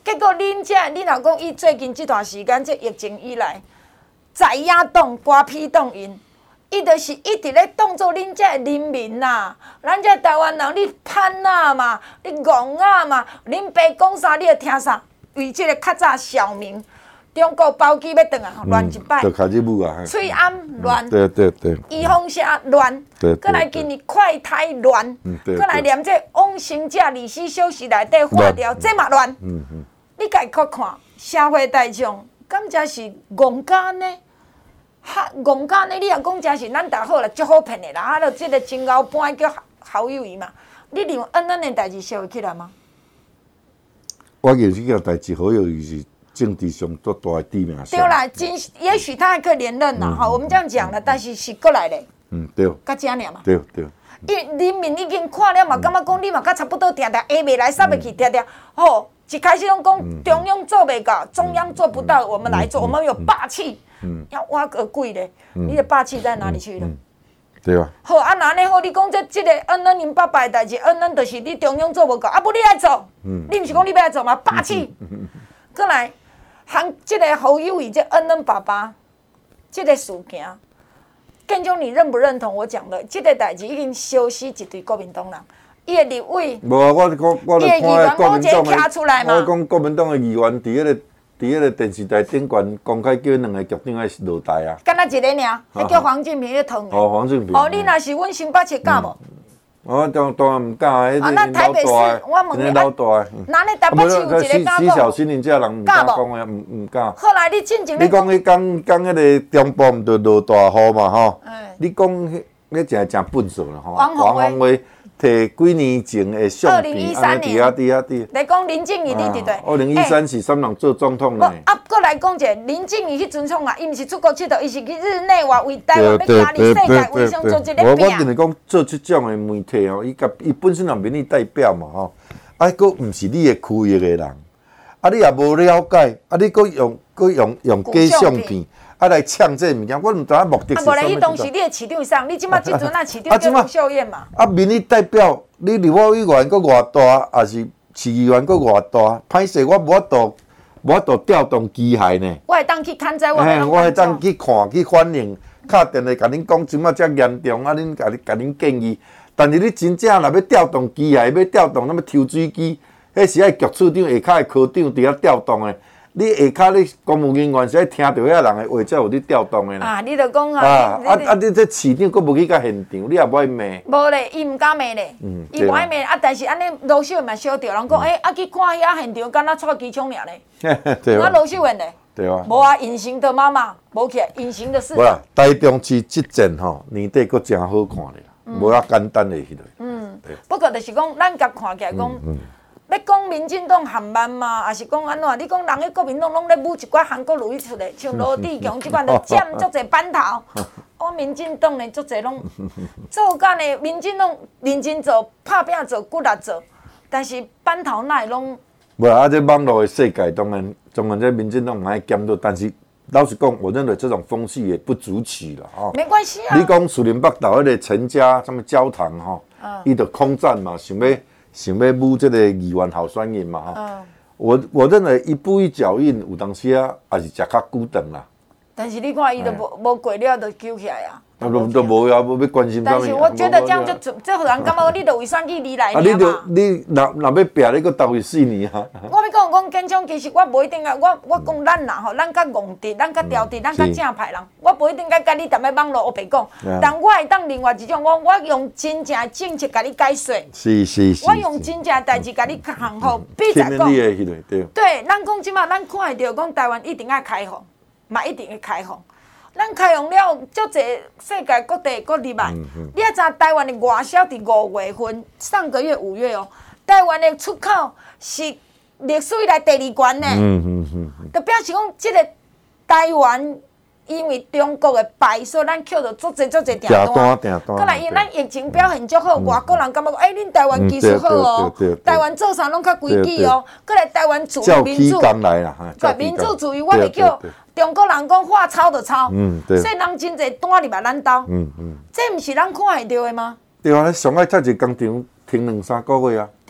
结果恁遮，恁老公伊最近这段时间，这疫情以来，在野党、瓜批党因，伊就是一直咧当做恁遮的人民呐、啊，咱遮台湾人，你潘啊嘛，你戆啊嘛，恁爸讲啥你就听啥，为这个较早小明，中国包机要转啊，乱一摆， 就开始舞啊， 翠暗乱， 对对对， 宜丰社乱，再来今年快台乱，再来连这往生者历史小时内底划掉，这嘛乱。嗯嗯。你家看看社会大众，敢真是戆奸呢？哈，戆奸呢？你若讲真是咱大好啦，足好骗的啦。啊，就即个真后搬叫好友伊嘛，你认为恩恩的代志烧会起来吗？ 我认为这件代志好友伊是政治上最大的致命伤。 对啦，真也许他还可以连任啦，哈、嗯，我们这样讲了，但是是过来嘞。 嗯，对。 甲这样嘛。 对对。 因为人民已经看了嘛，感觉讲你嘛，甲差不多定定，下袂来，杀袂去，定定，吼。一开始拢讲中央做袂到，中央做不到，我们来做，我们有霸气，要挖个鬼嘞！你的霸气在哪里去了？ 对啊。 好啊，那呢好，你讲这这个恩恩因爸爸的代志，恩恩就是你中央做无够，啊不你来做，你毋是讲你要来做吗？霸气。过来，含这个侯友宜这恩恩爸爸，这个事件，建中你认不认同我讲的？这个代志已经烧死一堆国民党人。伊的立委， 无啊！我讲，我咧看国民党的，我讲国民党的议员伫迄个伫迄个电视台顶悬公开叫两个局长来落台啊。 敢若一个尔，迄叫黄俊平咧烫的。 哦，黄俊平。 哦，你若是阮新北市敢无？ 我当当然毋敢啊！迄个老大，我问你， 老大。 那你台北市有一个敢讲？ 死小心，人这人毋敢讲啊，毋毋敢。 后来你进前你讲迄讲讲迄个中部毋着落大雨嘛吼？你讲迄迄真真笨手啦吼。 王宏威。 摕几年前的相片，安尼伫遐伫遐伫。 你讲林正义，你对对？ 二零一三是啥人做总统呢？ 啊，过来讲者，林正义迄阵创啊，伊毋是出国佚佗，伊是去日内瓦为台湾要加入世界卫生组织咧拼。 我我跟你讲，做即种的媒体哦，伊甲伊本身也民意代表嘛吼，啊，佫毋是你的区域的人，啊，你也无了解，啊，你佫用佫用用假相片。啊来抢这物件，我唔知影目的是啥物。啊，无来， 迄当时你的市长上，你即马即阵那市长叫卢秀燕嘛。 啊，民意代表，你立法委员阁偌大，还是市议员阁偌大？歹势，我无法度，无法度调动机械呢。 我会当去看在我嘿，我会当去看去反映，敲电话甲恁讲，即马遮严重，啊，恁甲你甲恁建议。但是你真正若要调动机械，要调动那么抽水机，迄是爱局处长下骹的科长伫遐调动的。你下骹你公务人员是爱听到遐人的话，才有你调动的啦。 啊，你著讲啊， 啊啊啊！你这市长佫无去甲现场，你也无爱骂。 无咧，伊毋敢骂咧，伊无爱骂啊。但是安尼卢秀燕嘛烧着，人讲诶，啊去看遐现场，敢若蔡其昌尔咧。 对啊。 那卢秀燕咧？ 对啊。 无啊，隐形的妈妈，无起来，隐形的市长。 无啦，台中市即阵吼，年底佫真好看咧啦，无遐简单的迄个。 嗯。不过就是讲，咱甲看起来讲。要讲民进党含慢嘛，还是讲安怎？你讲人喺国民党拢咧舞一寡韩国女出来，像罗志强即款，就占足侪班头。我民进党咧足侪拢做干咧，民进党认真做，拍拼做，骨力做，但是班头哪会拢？ 无啊，这网络的世界当然，当然这民进党唔爱监督，但是老实讲，我认为这种风气也不足取了哈。 没关系啊。 你讲树林北岛迄个陈家什么焦糖哈，伊就空战嘛，想要。想要舞这个议员候选人嘛？嗯、我我认为一步一脚印，有当时啊，也是食较久长啦。 但是你看，伊都无无过了，就救起来啊。 啊，都都无啊，无要关心。 但是我觉得这样就这互人感觉你都为选举而来啊，你就你若若要拼，你搁投伊四年啊。 我要讲讲建昌，其实我无一定啊，我我讲咱啦吼，咱较戆直，咱较调直，咱较正派人，我无一定甲甲你踮咧网络黑白讲，但我会当另外一种，我我用真正的政策甲你解说。 是是是。 我用真正的代志甲你行好，比如讲，对，咱讲即马，咱看会到讲台湾一定要开放，嘛一定要开放。咱开放了，足侪世界各地各入来。你也知台湾的外销伫五月份，上个月五月哦，台湾的出口是历史以来第二悬呢。嗯嗯嗯。就表示讲，即个台湾因为中国的败，所以咱捡到足侪足侪订单。订单。过来，因咱疫情表现足好，外国人感觉讲，哎，恁台湾技术好哦，台湾做啥拢较规矩哦。过来，台湾主义民主。对，民主主义，我袂叫。中国人讲话抄就抄，嗯、所以人真侪单入来咱兜，嗯嗯、这毋是咱看会到的吗？ 对啊，上爱才一工厂停两三个月啊。 对无？啊，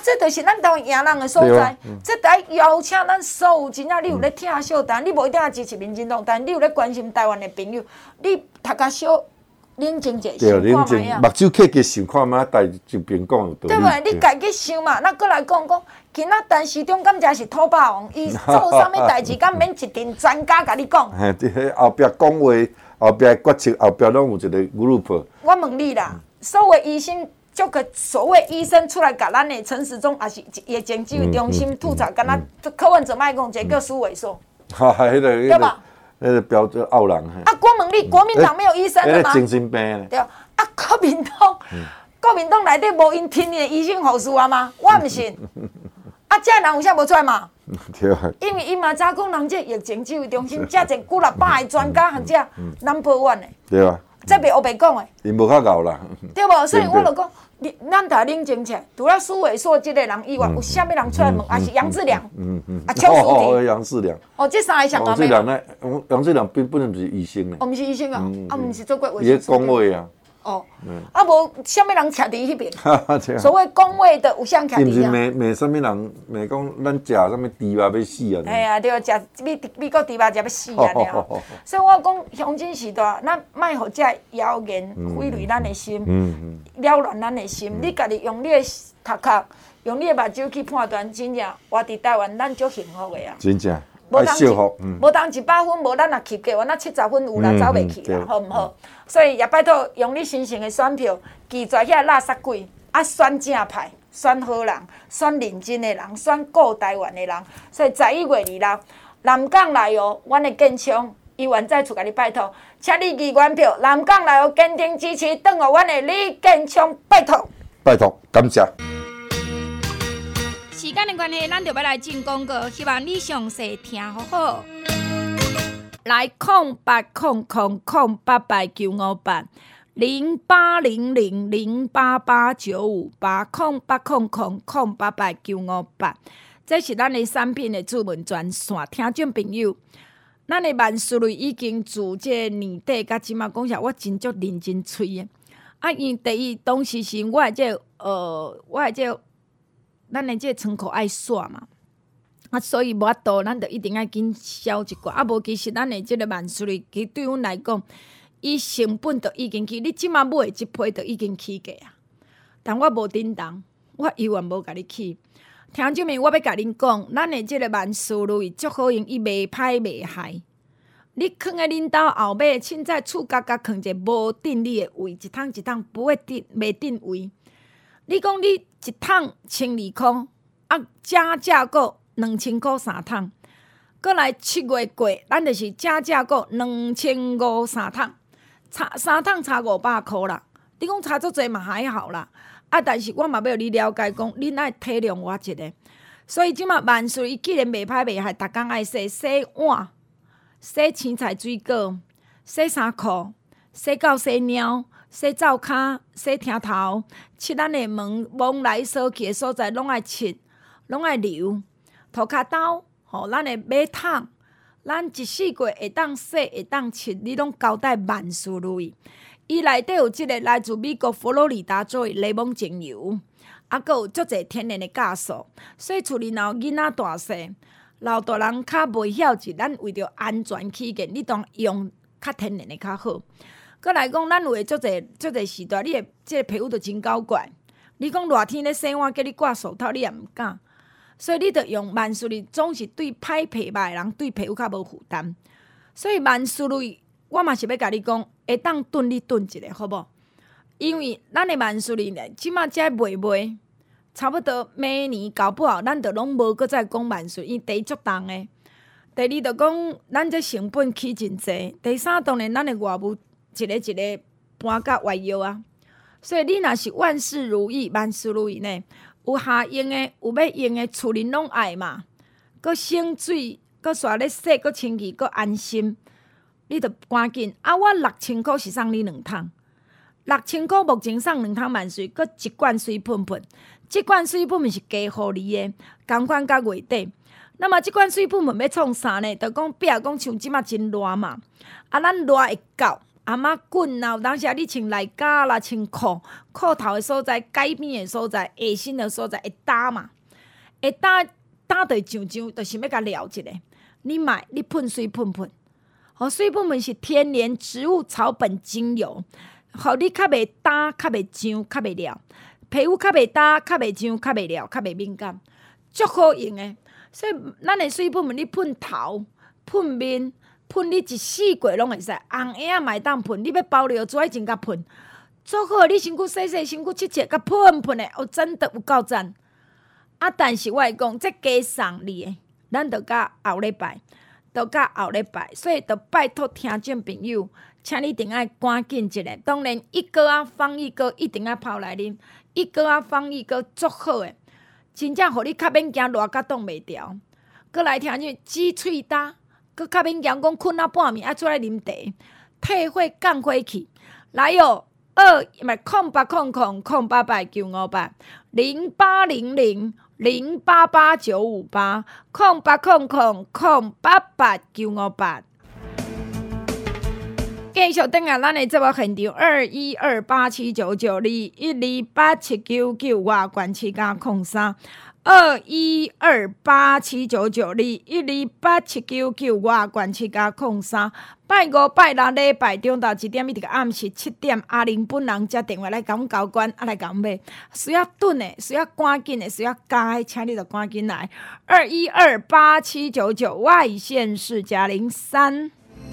这就是咱台湾赢人的所在。嗯、这得邀请咱所有真正你有咧听小台，嗯、你无一定要支持民进党，但你有咧关心台湾的朋友，你读甲小冷静者想看卖啊。 目睭客气想看卖，代就边讲有道理。 对不对？你家己想嘛，那过来讲讲，今仔陈时中敢才是土霸王，伊做啥物代志，敢免一定专家甲你讲。 嘿，伫后壁讲话，后壁决策，后壁拢有一个 group。 我问你啦，所有医生。就个所谓医生出来甲咱的陈时中，也是疫情指挥中心吐槽，敢若柯文哲卖讲，一个叫苏伟硕， 哈，迄个， 对吧？ 迄个标准傲人。 啊，我问你，国民党没有医生了吗？ 精神病。 对啊，国民党，国民党内底无因听的医生护士啊吗？我唔信。啊，这人有啥无出来嘛？ 对啊。 因为伊嘛早讲，人这疫情指挥中心，遮一几六百个专家，或者 number one 的。 对啊。 这袂黑白讲的。 伊无较牛啦。 对无？所以我就讲。你咱得冷静起来，除了苏伟硕这个人以外，有啥物人出来问？还是杨志良？嗯嗯。啊，邱淑婷。 哦，杨志良。 哦，这三个上杨志良呢？杨志良本本身不是医生呢。 哦，毋是医生啊，啊，毋是做过卫生。伊讲话啊。 哦。啊，无啥物人徛伫迄边。所谓讲话的有啥徛伫啊？ 伊毋是骂骂啥物人？骂讲咱食啥物猪肉要死啊？ 哎呀，对，食美美国猪肉食要死啊！了。所以我讲乡亲时代，咱莫互遮谣言毁累咱的心。嗯嗯。扰乱咱的心，你家己用你的头壳，用你的目睭去判断，真正活伫台湾，咱足幸福的啊！ 真正，爱幸福。 无当一百分，无咱也及格，我那七十分有啦，走袂去啦，好毋好？所以也拜托用你新鲜的选票，拒绝遐垃圾鬼，啊，选正派，选好人，选认真的人，选顾台湾的人。所以十一月二六，南港来哦，阮的建昌。议员再次甲你拜托，请你议员票南港来哦，坚定支持，等候阮的李建昌，拜托。 拜托，感谢。 时间的关系，咱就要来进广告，希望你详细听好好。来空八空空空八八九五八零八零零零八八九五八空八空空空八八九五八，这是咱的产品的主文专线，听众朋友。咱的万事类已经自这年底甲即马讲下，我真足认真催的。啊，因为第一当时是我的这呃，我的这咱的这窗口爱煞嘛，啊，所以无法度，咱就一定要紧销一寡。啊，无其实咱的这个万事类，其实对阮来讲，伊成本就已经起，你即马买一批就已经起价啊。但我无叮当，我永远无甲你起。听众们，我要甲恁讲，咱的即个万事类足好用，伊袂歹袂害。你囥在恁兜后尾，凊彩厝角角囥一个无定理的位，一桶一桶不会定袂定位。你讲你一桶千二箍，啊，加价个两千箍三桶，过来七月过，咱就是加价个两千五三桶，差三桶差五百箍啦。你讲差足济嘛还好啦。啊！但是我嘛要你了解，讲恁爱体谅我一个，所以即马万事伊既然袂歹袂害，逐工爱洗洗碗、洗青菜水果、洗衫裤、洗狗洗猫、洗灶骹、洗厅头、拭咱的门，往来扫去的所在拢爱拭，拢爱留。涂骹兜，吼，咱的马桶，咱一四季会当洗会当拭，你拢交代万事类。伊内底有即个来自美国佛罗里达州的柠檬精油，啊，佮有足侪天然的酵素，所以厝里若有囡仔大细，老大人较袂晓是咱为着安全起见，你当用较天然的较好。佮来讲，咱有诶足侪足侪时代，你诶即个皮肤就真够怪。你讲热天咧洗碗，叫你挂手套，你也毋敢，所以你着用万事类，总是对歹皮肤诶人对皮肤较无负担。所以万事类，我嘛是要甲你讲。会当炖你炖一下，好无？因为咱的万事类呢，即马才卖卖，差不多明年搞不好，咱就拢无搁再讲万事，因为第一足重的。第二就讲，咱这成本起真济。第三当然，咱的外务一个一个搬甲外药啊。所以你若是万事如意，万事如意呢，有下用的，有要用的，厝人拢爱嘛。搁省水，搁煞咧洗，搁清气，搁安心。你着赶紧啊！我六千箍是送你两桶，六千箍目前送两桶万岁，搁一罐水喷喷。即罐水喷喷是加互你的，同款甲月底。那么即罐水喷喷要创啥呢？着讲比如讲像即马真热嘛，啊，咱热会到， 阿妈棍啊，有当时你穿内架啦，穿裤裤头的所在、改边的所在、下身的所在会打嘛，会打打就上上，就是要甲撩一下。你买，你喷水喷喷，吼水喷喷是天然植物草本精油，互你较袂打、较袂痒、较袂撩，皮肤较袂打、较袂痒、较袂撩、较袂敏感，足好用的。所以咱的水喷喷，你喷头、喷面。喷你一四季拢会使，红影仔嘛会当喷，你要包疗做爱真甲喷，足好。你身躯洗洗，身躯切切，甲喷喷的，哦，真的有够赞。啊，但是我会讲，这加送你的，咱着甲后礼拜，着甲后礼拜，所以着拜托听众朋友，请你一定爱赶紧一下。当然，一哥啊，放一哥一定要泡来啉，一哥啊，放一哥足好的，真正互你较免惊热甲冻袂调。搁来听就挤喙焦。佮较免讲讲困啊半暝，爱出来啉茶，退火降火气。来哟，二咪空八空空空八八九五八零八零零零八八九五八空八空空空八八九五八。继续等下，咱的节目现场二一二八七九九二一二八七九九外关七加空三。二一二八七九九二一二八七九九外关七加空三，拜五拜六礼拜中昼一點一直到暗時七點，阿玲本人接電話來甲阮交關，啊來甲阮買，需要頓的，需要趕緊的，需要加的，請你就趕緊來。二一二八七九九外縣市加零三。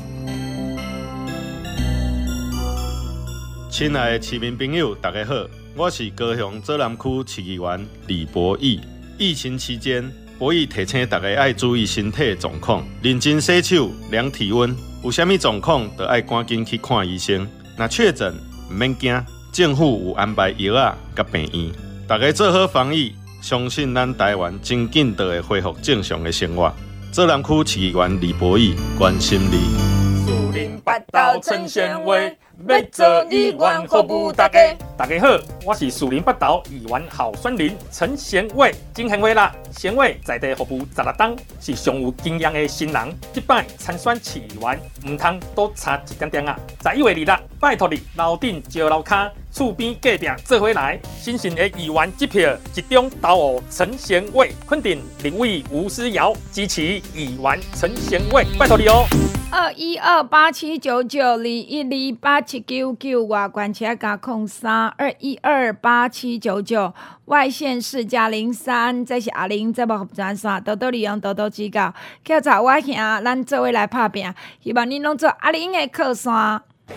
親愛的市民朋友，大家好，我是高雄左南區市議員李博義。疫情期間，博義提醒大家要注意身體狀況，認真洗手、量體溫，有啥物狀況就要趕緊去看醫生。若確診，唔免驚，政府有安排藥仔甲病院，大家做好防疫，相信咱台灣真緊就會恢復正常的生活。左南區市議員李博義關心你。 樹林八道陳賢偉，要做議員服務大家。大家好，我是樹林八道議員候選人陳賢偉，真賢偉啦！賢偉在地服務十六檔，是上有經驗的新人。這擺參選市議員，唔通多差一點點啊！十一月二日，拜託你樓頂招樓卡，厝邊隔壁做伙來，新進的議員一票集中投予陳賢偉，肯定立委吳思瑤，支持議員陳賢偉，拜託你哦！ 二一二八七九九二一二八七九九外關車加空三二一二八七九九外縣市加零三，這是阿玲節目合作線，多多利用，多多指教。叫做我兄，咱做伙來拍拼，希望恁攏做阿玲的靠山。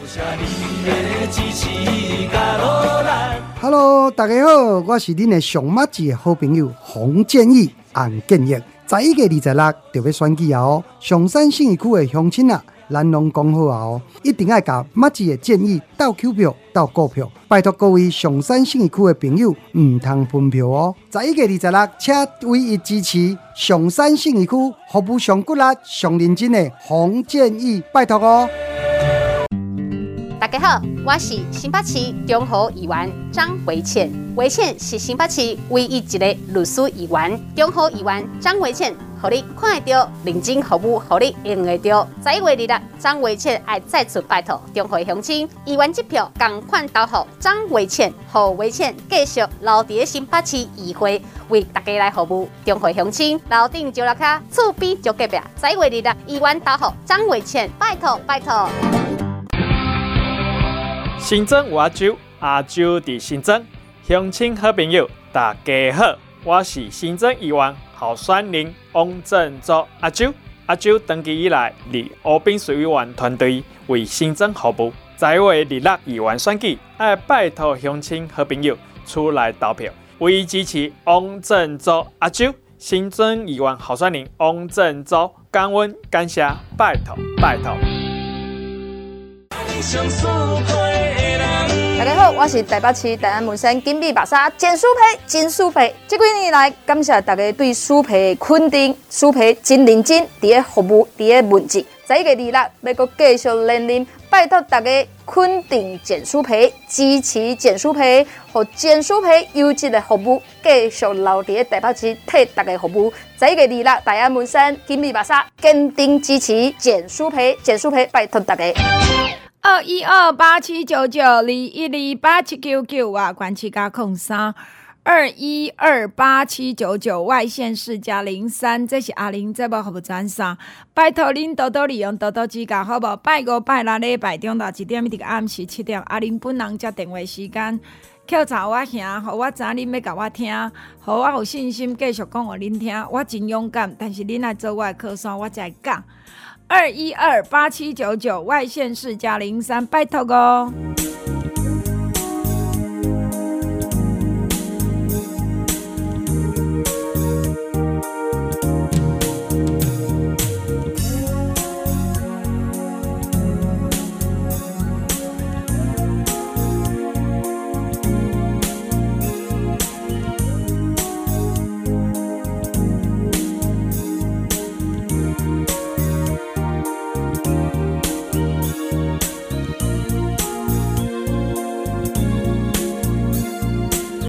Hello， 大家好，我是恁的上麻吉的好朋友洪建义、洪建义。十一月二十六就要選舉啊！哦，上山信義區的鄉親啊，咱攏講好啊！哦，一定要甲麻吉的建議鬥扣票、鬥股票，拜託各位上山信義區的朋友唔通分票哦！十一月二十六，請唯一支持上山信義區服務上骨力、上認真的洪建義，拜託哦！ 大家好，我是新北市中和議員張維倩。維倩是新北市唯一一個律師議員。中和議員張維倩，互你看得到，認真服務，互你用得到。十一月二日，張維倩愛再次拜託中和鄉親，議員一票同款投予張維倩，互維倩繼續留佇新北市議會，為大家來服務。中和鄉親，樓頂招樓卡，厝邊就隔壁。十一月二日，議員投予張維倩，拜託拜託。 新莊有阿周，阿周佇新莊，鄉親好朋友，大家好，我是新莊議員候選人王振祖阿周。阿周登記以來，立烏兵水委員團隊為新莊服務。十一月二日議員選舉，愛拜託鄉親好朋友出來投票，為支持王振祖阿周。新莊議員候選人王振祖，感恩感謝，拜託拜託。 大家好，我是台北市大安門山金美白沙簡舒培金舒培。這幾年來，感謝大家對舒培的肯定，舒培真認真佇個服務，佇個問責。十一月二日，要閣繼續連任，拜託大家肯定簡舒培，支持簡舒培，和簡舒培優質的服務，繼續留佇個台北市替大家服務。十一月二日，大安門山金美白沙堅定支持簡舒培，簡舒培，拜託大家。 二一二八七九九二一二八七九九啊，关七加空三。二一二八七九九外线是加零三，这是阿玲节目服务专线，拜托恁多多利用多多指教，好无？拜五拜六礼拜中昼一点一直到暗时七点，阿玲本人接电话时间，扣查我兄，互我知恁要甲我听，互我有信心继续讲互恁听。我真勇敢，但是恁来做我的靠山，我才会讲。二一二八七九九外线是加零三，拜托哦。